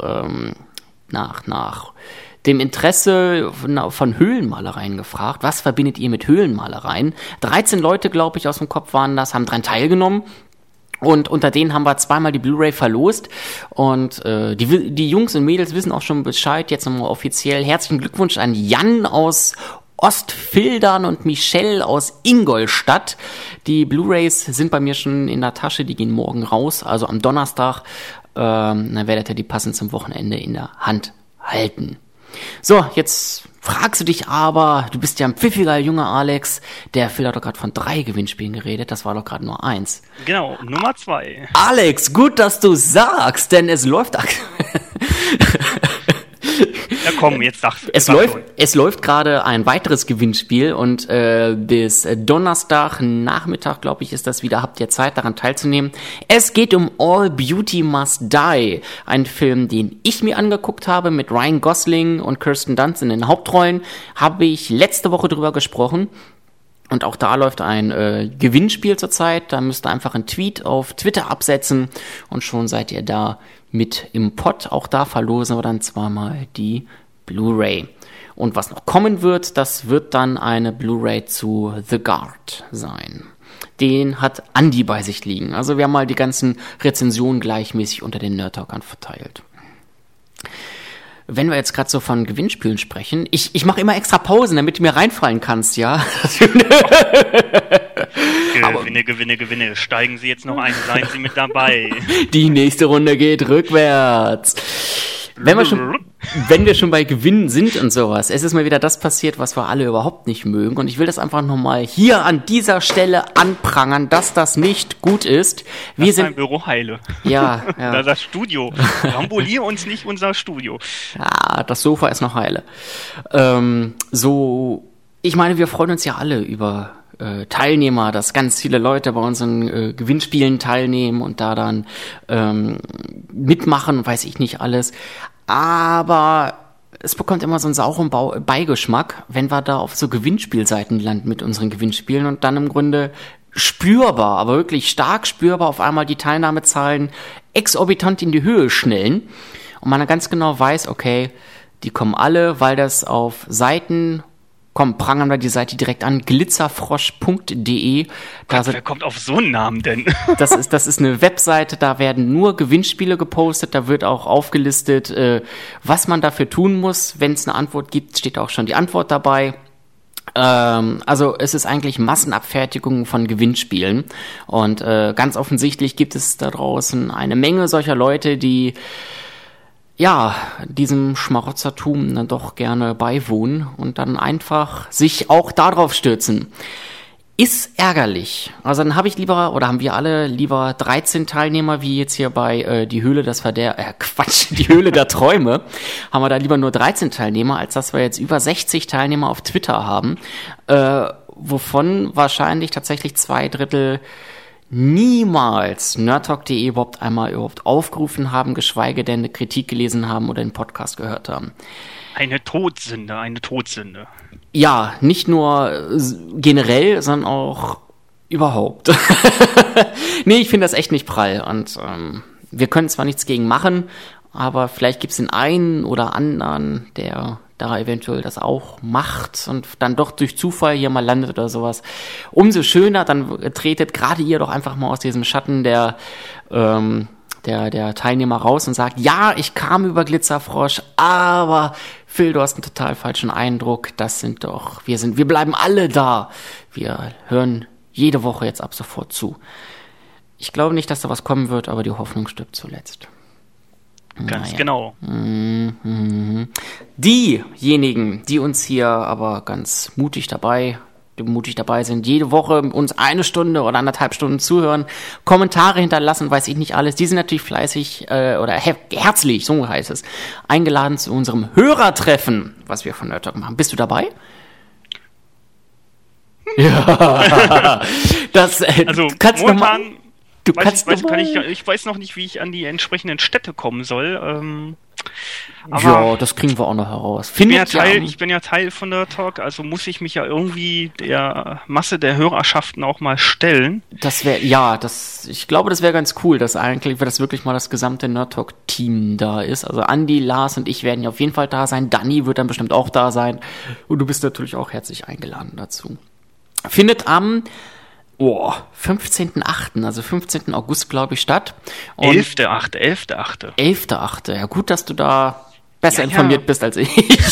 dem Interesse von Höhlenmalereien gefragt. Was verbindet ihr mit Höhlenmalereien? 13 Leute, glaube ich, aus dem Kopf waren das, haben daran teilgenommen. Und unter denen haben wir 2-mal die Blu-ray verlost. Und die Jungs und Mädels wissen auch schon Bescheid. Jetzt nochmal offiziell. Herzlichen Glückwunsch an Jan aus Ostfildern und Michelle aus Ingolstadt. Die Blu-rays sind bei mir schon in der Tasche. Die gehen morgen raus, also am Donnerstag. Dann werdet ihr die passend zum Wochenende in der Hand halten. So, jetzt fragst du dich aber, du bist ja ein pfiffiger junger Alex, der Phil hat doch gerade von 3 Gewinnspielen geredet, das war doch gerade nur 1. Genau, Nummer 2. Alex, gut, dass du sagst, denn es läuft Ja komm, jetzt sag's. Es läuft gerade ein weiteres Gewinnspiel und bis Donnerstagnachmittag, glaube ich, ist das wieder, habt ihr Zeit, daran teilzunehmen. Es geht um All Beauty Must Die, ein Film, den ich mir angeguckt habe mit Ryan Gosling und Kirsten Dunst in den Hauptrollen, habe ich letzte Woche drüber gesprochen. Und auch da läuft ein Gewinnspiel zurzeit. Da müsst ihr einfach einen Tweet auf Twitter absetzen und schon seid ihr da mit im Pott. Auch da verlosen wir dann zweimal die Blu-ray. Und was noch kommen wird, das wird dann eine Blu-ray zu The Guard sein. Den hat Andi bei sich liegen. Also wir haben mal die ganzen Rezensionen gleichmäßig unter den Nerd-Talkern verteilt. Wenn wir jetzt gerade so von Gewinnspielen sprechen, ich mache immer extra Pausen, damit du mir reinfallen kannst, ja? Gewinne. Steigen Sie jetzt noch ein, seien Sie mit dabei. Die nächste Runde geht rückwärts. Wenn wir schon bei Gewinnen sind und sowas, es ist mal wieder das passiert, was wir alle überhaupt nicht mögen. Und ich will das einfach nochmal hier an dieser Stelle anprangern, dass das nicht gut ist. Wir sind ein Büro heile. Ja. Das Studio. Rambulier uns nicht unser Studio. Ja, das Sofa ist noch heile. Ich meine, wir freuen uns ja alle über Teilnehmer, dass ganz viele Leute bei unseren Gewinnspielen teilnehmen und da dann mitmachen, weiß ich nicht alles. Aber es bekommt immer so einen sauren Beigeschmack, wenn wir da auf so Gewinnspielseiten landen mit unseren Gewinnspielen und dann im Grunde spürbar, aber wirklich stark spürbar auf einmal die Teilnahmezahlen exorbitant in die Höhe schnellen und man dann ganz genau weiß, okay, die kommen alle, weil das auf Seiten prangern wir die Seite direkt an, glitzerfrosch.de. Wer kommt auf so einen Namen denn? Das ist eine Webseite, da werden nur Gewinnspiele gepostet, da wird auch aufgelistet, was man dafür tun muss. Wenn es eine Antwort gibt, steht auch schon die Antwort dabei. Also es ist eigentlich Massenabfertigung von Gewinnspielen und ganz offensichtlich gibt es da draußen eine Menge solcher Leute, die diesem Schmarotzertum dann doch gerne beiwohnen und dann einfach sich auch darauf stürzen. Ist ärgerlich. Also dann haben wir alle lieber 13 Teilnehmer, wie jetzt hier bei die Höhle die Höhle der Träume, haben wir da lieber nur 13 Teilnehmer, als dass wir jetzt über 60 Teilnehmer auf Twitter haben, wovon wahrscheinlich tatsächlich 2/3 niemals nerdtalk.de überhaupt aufgerufen haben, geschweige denn eine Kritik gelesen haben oder einen Podcast gehört haben. Eine Todsünde. Ja, nicht nur generell, sondern auch überhaupt. Nee, ich finde das echt nicht prall und wir können zwar nichts gegen machen, aber vielleicht gibt es den einen oder anderen, der da eventuell das auch macht und dann doch durch Zufall hier mal landet oder sowas. Umso schöner, dann tretet gerade ihr doch einfach mal aus diesem Schatten der Teilnehmer raus und sagt, ja, ich kam über Glitzerfrosch, aber Phil, du hast einen total falschen Eindruck, wir bleiben alle da. Wir hören jede Woche jetzt ab sofort zu. Ich glaube nicht, dass da was kommen wird, aber die Hoffnung stirbt zuletzt. Ganz genau. Diejenigen, die uns hier aber ganz mutig dabei sind, jede Woche uns 1 Stunde oder 1,5 Stunden zuhören, Kommentare hinterlassen, weiß ich nicht alles, die sind natürlich fleißig oder herzlich, so heißt es, eingeladen zu unserem Hörertreffen, was wir von Nerd Talk machen. Bist du dabei? Ja. Also kannst momentan ich weiß noch nicht, wie ich an die entsprechenden Städte kommen soll. Aber das kriegen wir auch noch heraus. Ich bin ja Teil von der Talk, also muss ich mich ja irgendwie der Masse der Hörerschaften auch mal stellen. Ich glaube, das wäre ganz cool, dass wirklich mal das gesamte Nerd Talk Team da ist. Also Andi, Lars und ich werden ja auf jeden Fall da sein. Dani wird dann bestimmt auch da sein. Und du bist natürlich auch herzlich eingeladen dazu. Findet am 15.8., also 15. August, glaube ich, statt. 11.8. 11.8. Ja, gut, dass du da besser informiert bist als ich.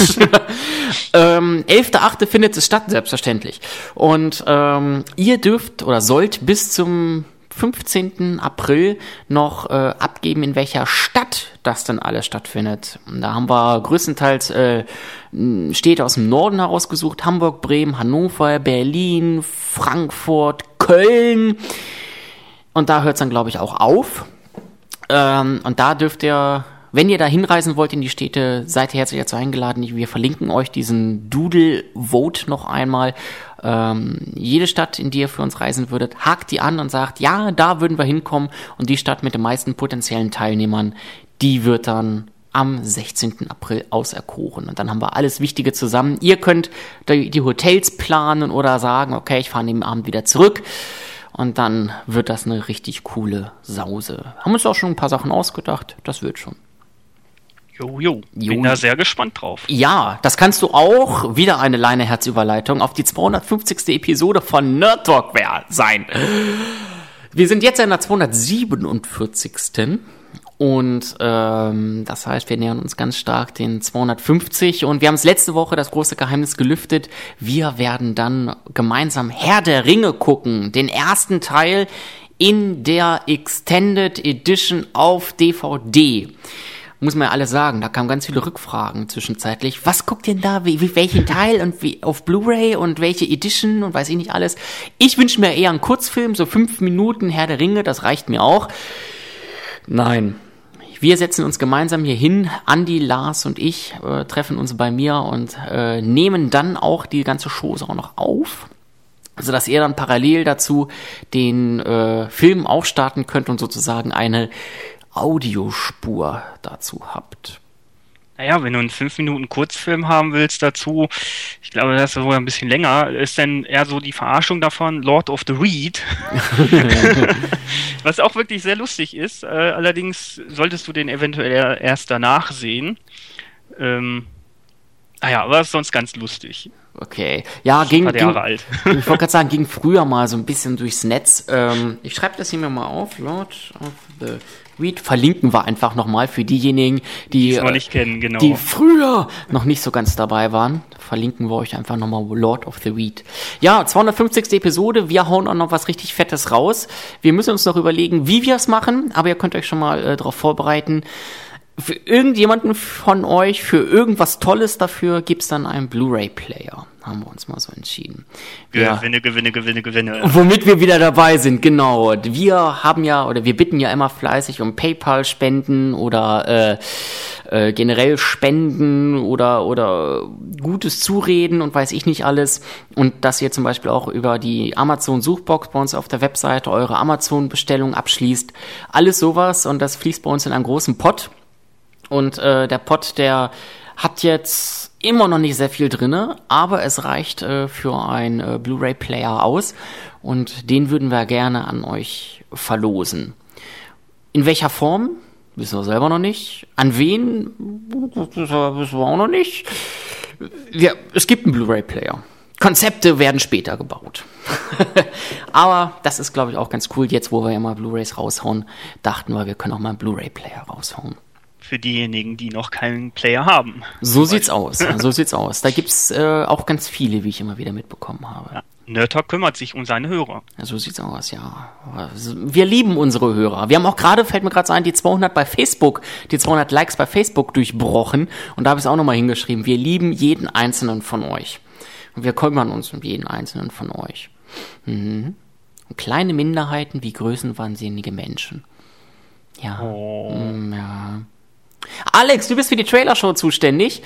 11.8. findet es statt, selbstverständlich. Und ihr dürft oder sollt bis zum 15. April noch abgeben, in welcher Stadt das dann alles stattfindet. Da haben wir größtenteils Städte aus dem Norden herausgesucht. Hamburg, Bremen, Hannover, Berlin, Frankfurt, Köln. Und da hört es dann, glaube ich, auch auf. Und da dürft ihr wenn ihr da hinreisen wollt in die Städte, seid ihr herzlich dazu eingeladen. Wir verlinken euch diesen Doodle Vote noch einmal. Jede Stadt, in die ihr für uns reisen würdet, hakt die an und sagt, ja, da würden wir hinkommen. Und die Stadt mit den meisten potenziellen Teilnehmern, die wird dann am 16. April auserkoren. Und dann haben wir alles Wichtige zusammen. Ihr könnt die Hotels planen oder sagen, okay, ich fahre an dem Abend wieder zurück. Und dann wird das eine richtig coole Sause. Haben uns auch schon ein paar Sachen ausgedacht. Das wird schon. Jo. Bin da sehr gespannt drauf. Ja, das kannst du auch, wieder eine Leineherz-Überleitung, auf die 250. Episode von Nerd Talk sein. Wir sind jetzt in der 247. Und das heißt, wir nähern uns ganz stark den 250. Und wir haben es letzte Woche das große Geheimnis gelüftet. Wir werden dann gemeinsam Herr der Ringe gucken. Den ersten Teil in der Extended Edition auf DVD. Muss man ja alles sagen, da kamen ganz viele Rückfragen zwischenzeitlich. Was guckt ihr denn da? Welchen Teil und wie auf Blu-ray und welche Edition und weiß ich nicht alles. Ich wünsche mir eher einen Kurzfilm, so 5 Minuten Herr der Ringe, das reicht mir auch. Nein. Wir setzen uns gemeinsam hier hin, Andi, Lars und ich treffen uns bei mir und nehmen dann auch die ganze Chose auch noch auf, sodass ihr dann parallel dazu den Film auch starten könnt und sozusagen eine Audiospur dazu habt. Naja, wenn du einen 5 Minuten Kurzfilm haben willst dazu, ich glaube, das ist wohl ein bisschen länger, ist dann eher so die Verarschung davon, Lord of the Reed. Was auch wirklich sehr lustig ist. Allerdings solltest du den eventuell erst danach sehen. Aber ist sonst ganz lustig. Okay. Ja, ich wollte gerade sagen, ging früher mal so ein bisschen durchs Netz. Ich schreibe das hier mir mal auf. Lord of the Reed verlinken wir einfach nochmal für diejenigen, die es nicht kennen, genau. Die früher noch nicht so ganz dabei waren. Verlinken wir euch einfach nochmal Lord of the Reed. Ja, 250. Episode. Wir hauen auch noch was richtig Fettes raus. Wir müssen uns noch überlegen, wie wir es machen, aber ihr könnt euch schon mal darauf vorbereiten. Für irgendjemanden von euch, für irgendwas Tolles dafür, gibt's dann einen Blu-ray-Player. Haben wir uns mal so entschieden. Gewinne. Womit wir wieder dabei sind, genau. Wir bitten ja immer fleißig um PayPal-Spenden oder generell Spenden oder gutes Zureden und weiß ich nicht alles. Und dass ihr zum Beispiel auch über die Amazon-Suchbox bei uns auf der Webseite eure Amazon-Bestellung abschließt. Alles sowas und das fließt bei uns in einen großen Pott. Und der Pott, der hat jetzt immer noch nicht sehr viel drinne, aber es reicht für einen Blu-ray-Player aus und den würden wir gerne an euch verlosen. In welcher Form? Wissen wir selber noch nicht. An wen? Wissen wir auch noch nicht. Es gibt einen Blu-ray-Player. Konzepte werden später gebaut. Aber das ist, glaube ich, auch ganz cool. Jetzt, wo wir ja mal Blu-rays raushauen, dachten wir können auch mal einen Blu-ray-Player raushauen. Für diejenigen, die noch keinen Player haben. So sieht's aus. Da gibt's auch ganz viele, wie ich immer wieder mitbekommen habe. Ja. Nerd Talk kümmert sich um seine Hörer. Ja, so sieht's aus, ja. Wir lieben unsere Hörer. Wir haben auch gerade, fällt mir gerade so ein, die 200 Likes bei Facebook durchbrochen. Und da habe ich es auch nochmal hingeschrieben. Wir lieben jeden einzelnen von euch. Und wir kümmern uns um jeden einzelnen von euch. Mhm. Und kleine Minderheiten wie größenwahnsinnige Menschen. Ja. Ja. Alex, du bist für die Trailershow zuständig.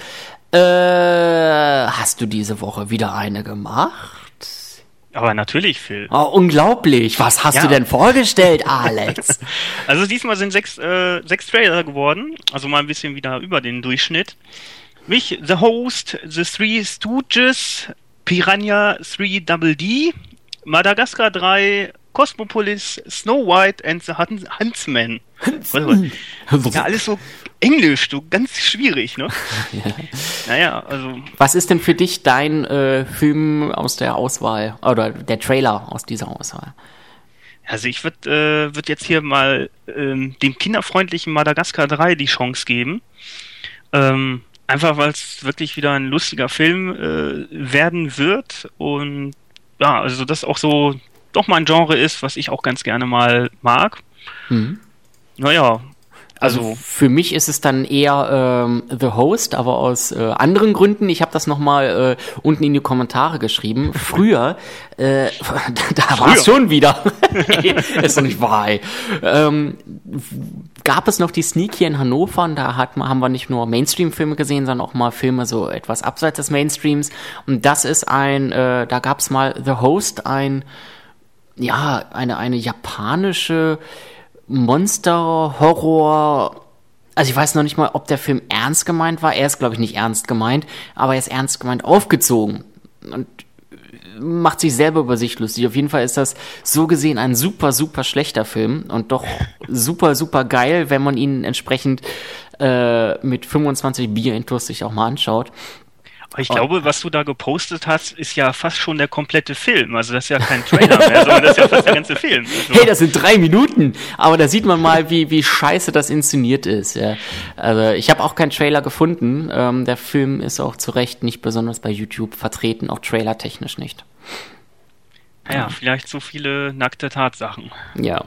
Hast du diese Woche wieder eine gemacht? Aber natürlich, Phil. Oh, unglaublich. Was hast du denn vorgestellt, Alex? Also diesmal sind 6 Trailer geworden. Also mal ein bisschen wieder über den Durchschnitt. The Host, The Three Stooges, Piranha 3 Double D, Madagascar 3, Cosmopolis, Snow White and the Huntsman. Ja, alles so Englisch, du, ganz schwierig, ne? Ja. Naja, also... Was ist denn für dich dein Film aus der Auswahl, oder der Trailer aus dieser Auswahl? Also ich würde jetzt hier mal dem kinderfreundlichen Madagascar 3 die Chance geben. Einfach, weil es wirklich wieder ein lustiger Film werden wird und ja, also das auch so doch mal ein Genre ist, was ich auch ganz gerne mal mag. Mhm. Naja, also für mich ist es dann eher The Host, aber aus anderen Gründen. Ich habe das nochmal unten in die Kommentare geschrieben. Früher, da war es schon wieder. Ist doch nicht wahr. gab es noch die Sneak hier in Hannover und da haben wir nicht nur Mainstream-Filme gesehen, sondern auch mal Filme so etwas abseits des Mainstreams. Und das ist da gab es mal The Host, eine japanische Monster-Horror. Also ich weiß noch nicht mal, ob der Film ernst gemeint war. Er ist, glaube ich, nicht ernst gemeint, aber er ist ernst gemeint aufgezogen und macht sich selber über sich lustig. Auf jeden Fall ist das so gesehen ein super, super schlechter Film und doch super, super geil, wenn man ihn entsprechend mit 25 Bier-Intus sich auch mal anschaut. Aber ich glaube, was du da gepostet hast, ist ja fast schon der komplette Film. Also das ist ja kein Trailer mehr, sondern das ist ja fast der ganze Film. Also hey, das sind 3 Minuten, aber da sieht man mal, wie scheiße das inszeniert ist. Ja. Also ich habe auch keinen Trailer gefunden. Der Film ist auch zu Recht nicht besonders bei YouTube vertreten, auch trailertechnisch nicht. Ja, vielleicht so viele nackte Tatsachen. Ja.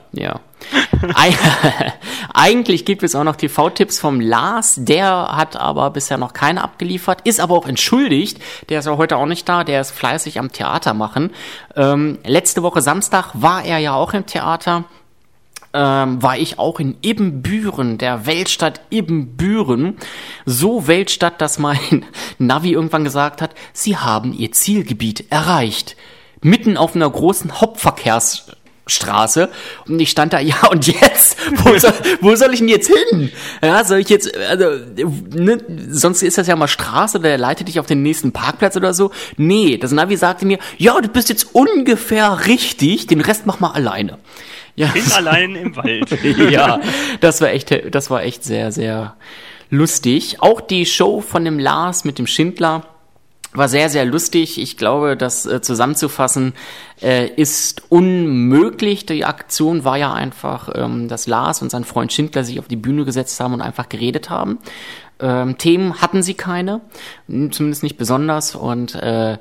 Eigentlich gibt es auch noch TV-Tipps vom Lars, der hat aber bisher noch keine abgeliefert, ist aber auch entschuldigt, der ist ja heute auch nicht da, der ist fleißig am Theater machen. Letzte Woche Samstag war er ja auch im Theater. War ich auch in Ibbenbüren, der Weltstadt Ibbenbüren. So Weltstadt, dass mein Navi irgendwann gesagt hat, sie haben ihr Zielgebiet erreicht. Mitten auf einer großen Hauptverkehrsstraße. Und ich stand da, ja, und jetzt? Wo soll ich denn jetzt hin? Ja, soll ich jetzt, sonst ist das ja mal Straße, der leitet dich auf den nächsten Parkplatz oder so. Nee, das Navi sagte mir, ja, du bist jetzt ungefähr richtig, den Rest mach mal alleine. Ja. Bin allein im Wald. Ja, das war echt sehr, sehr lustig. Auch die Show von dem Lars mit dem Schindler war sehr, sehr lustig. Ich glaube, das zusammenzufassen ist unmöglich. Die Aktion war ja einfach, dass Lars und sein Freund Schindler sich auf die Bühne gesetzt haben und einfach geredet haben. Themen hatten sie keine, zumindest nicht besonders. Und jetzt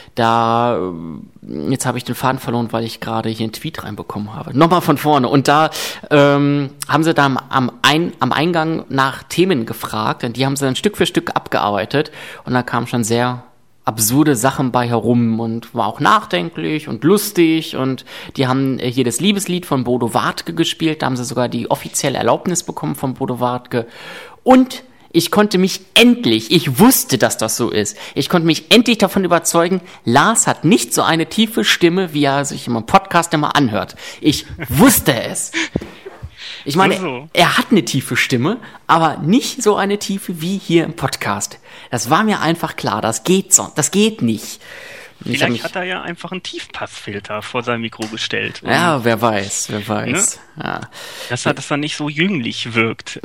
habe ich den Faden verloren, weil ich gerade hier einen Tweet reinbekommen habe. Nochmal von vorne. Und da haben sie da am Eingang nach Themen gefragt und die haben sie dann Stück für Stück abgearbeitet. Und da kamen schon sehr absurde Sachen bei herum und war auch nachdenklich und lustig und die haben hier das Liebeslied von Bodo Wartke gespielt, da haben sie sogar die offizielle Erlaubnis bekommen von Bodo Wartke und ich wusste, dass das so ist, ich konnte mich endlich davon überzeugen, Lars hat nicht so eine tiefe Stimme, wie er sich im Podcast immer anhört. Ich wusste es. Ich meine, er hat eine tiefe Stimme, aber nicht so eine tiefe wie hier im Podcast. Das war mir einfach klar, das geht nicht. Vielleicht hat er ja einfach einen Tiefpassfilter vor sein Mikro gestellt. Ja, wer weiß. Ne? Ja. Dass das dann nicht so jünglich wirkt.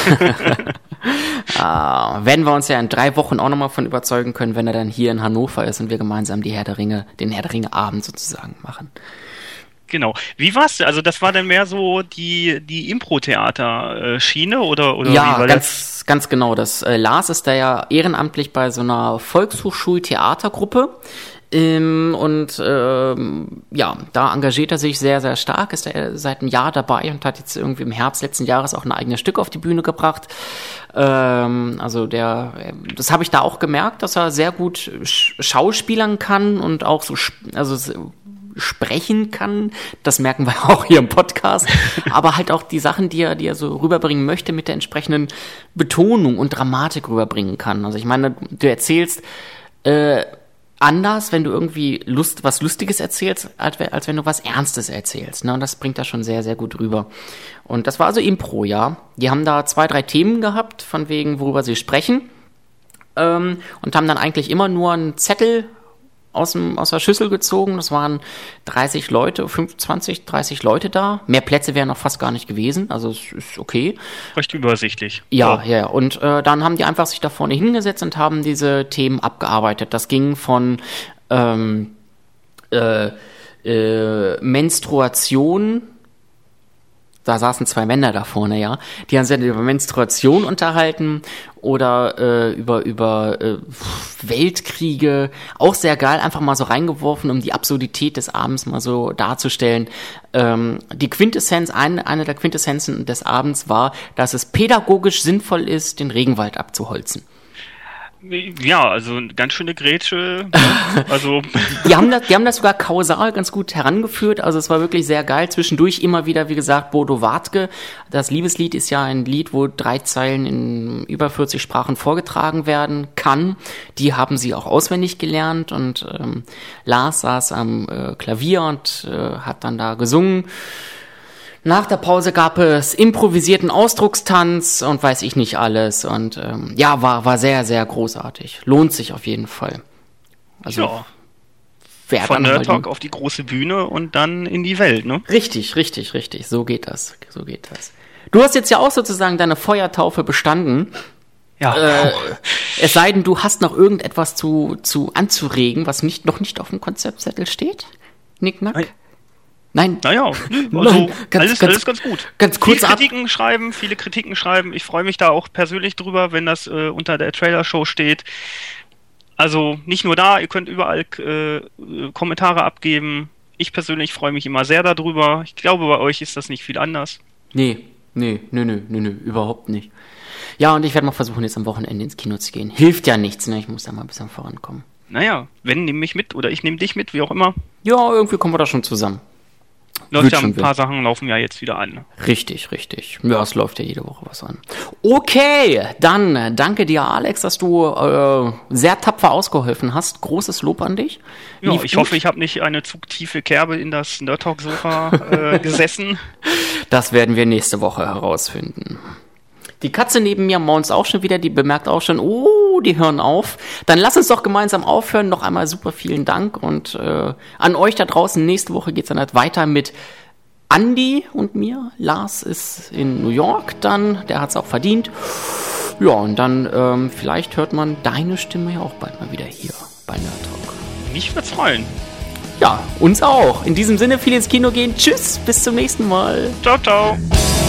Werden wir uns ja in 3 Wochen auch nochmal von überzeugen können, wenn er dann hier in Hannover ist und wir gemeinsam den Herr der Ringe Abend sozusagen machen. Genau. Wie war's? Also das war dann mehr so die Impro-Theater-Schiene oder ja, wie war ganz genau. Das Lars ist da ja ehrenamtlich bei so einer Volkshochschul-Theatergruppe. Da engagiert er sich sehr, sehr stark, ist er seit einem Jahr dabei und hat jetzt irgendwie im Herbst letzten Jahres auch ein eigenes Stück auf die Bühne gebracht. Das habe ich da auch gemerkt, dass er sehr gut schauspielern kann und auch so, sprechen kann, das merken wir auch hier im Podcast, aber halt auch die Sachen, die er so rüberbringen möchte, mit der entsprechenden Betonung und Dramatik rüberbringen kann. Also ich meine, du erzählst anders, wenn du irgendwie was Lustiges erzählst, als wenn du was Ernstes erzählst. Ne? Und das bringt er schon sehr, sehr gut rüber. Und das war also Impro, ja. Die haben da 2, 3 Themen gehabt, von wegen, worüber sie sprechen, und haben dann eigentlich immer nur einen Zettel aus der Schüssel gezogen. Das waren 30 Leute da. Mehr Plätze wären noch fast gar nicht gewesen. Also es ist okay. Recht übersichtlich. Ja. Und dann haben die einfach sich da vorne hingesetzt und haben diese Themen abgearbeitet. Das ging von Menstruation. Da saßen 2 Männer da vorne, ja. Die haben sich über Menstruation unterhalten oder über Weltkriege. Auch sehr geil, einfach mal so reingeworfen, um die Absurdität des Abends mal so darzustellen. Die Quintessenz, eine der Quintessenzen des Abends war, dass es pädagogisch sinnvoll ist, den Regenwald abzuholzen. Ja, also eine ganz schöne Grätsche. Also Die haben das sogar kausal ganz gut herangeführt. Also es war wirklich sehr geil. Zwischendurch immer wieder, wie gesagt, Bodo Wartke. Das Liebeslied ist ja ein Lied, wo 3 Zeilen in über 40 Sprachen vorgetragen werden kann. Die haben sie auch auswendig gelernt und Lars saß am Klavier und hat dann da gesungen. Nach der Pause gab es improvisierten Ausdruckstanz und weiß ich nicht alles. Und war sehr, sehr großartig. Lohnt sich auf jeden Fall. Also von Nerd Talk auf die große Bühne und dann in die Welt, ne? Richtig. So geht das. Du hast jetzt ja auch sozusagen deine Feuertaufe bestanden. Ja. Es sei denn, du hast noch irgendetwas zu anzuregen, was noch nicht auf dem Konzeptzettel steht? Nicknack? Nein. Naja, also alles ganz gut. Ganz kurz viele Kritiken schreiben. Ich freue mich da auch persönlich drüber, wenn das unter der Trailer-Show steht. Also nicht nur da, ihr könnt überall Kommentare abgeben. Ich persönlich freue mich immer sehr darüber. Ich glaube, bei euch ist das nicht viel anders. Nee, überhaupt nicht. Ja, und ich werde mal versuchen, jetzt am Wochenende ins Kino zu gehen. Hilft ja nichts, ne? Ich muss da mal ein bisschen vorankommen. Naja, nimm mich mit oder ich nehme dich mit, wie auch immer. Ja, irgendwie kommen wir da schon zusammen. Ein paar Sachen laufen ja jetzt wieder an. Richtig. Ja, es läuft ja jede Woche was an. Okay, dann danke dir, Alex, dass du sehr tapfer ausgeholfen hast. Großes Lob an dich. Ja, ich hoffe, ich habe nicht eine zu tiefe Kerbe in das Nerd Talk Sofa gesessen. Das werden wir nächste Woche herausfinden. Die Katze neben mir maunzt auch schon wieder, die bemerkt auch schon, die hören auf. Dann lass uns doch gemeinsam aufhören. Noch einmal super vielen Dank und an euch da draußen. Nächste Woche geht's dann halt weiter mit Andi und mir. Lars ist in New York dann, der hat's auch verdient. Ja, und dann vielleicht hört man deine Stimme ja auch bald mal wieder hier bei Nerd Talk. Mich würd's freuen. Ja, uns auch. In diesem Sinne, viel ins Kino gehen. Tschüss, bis zum nächsten Mal. Ciao.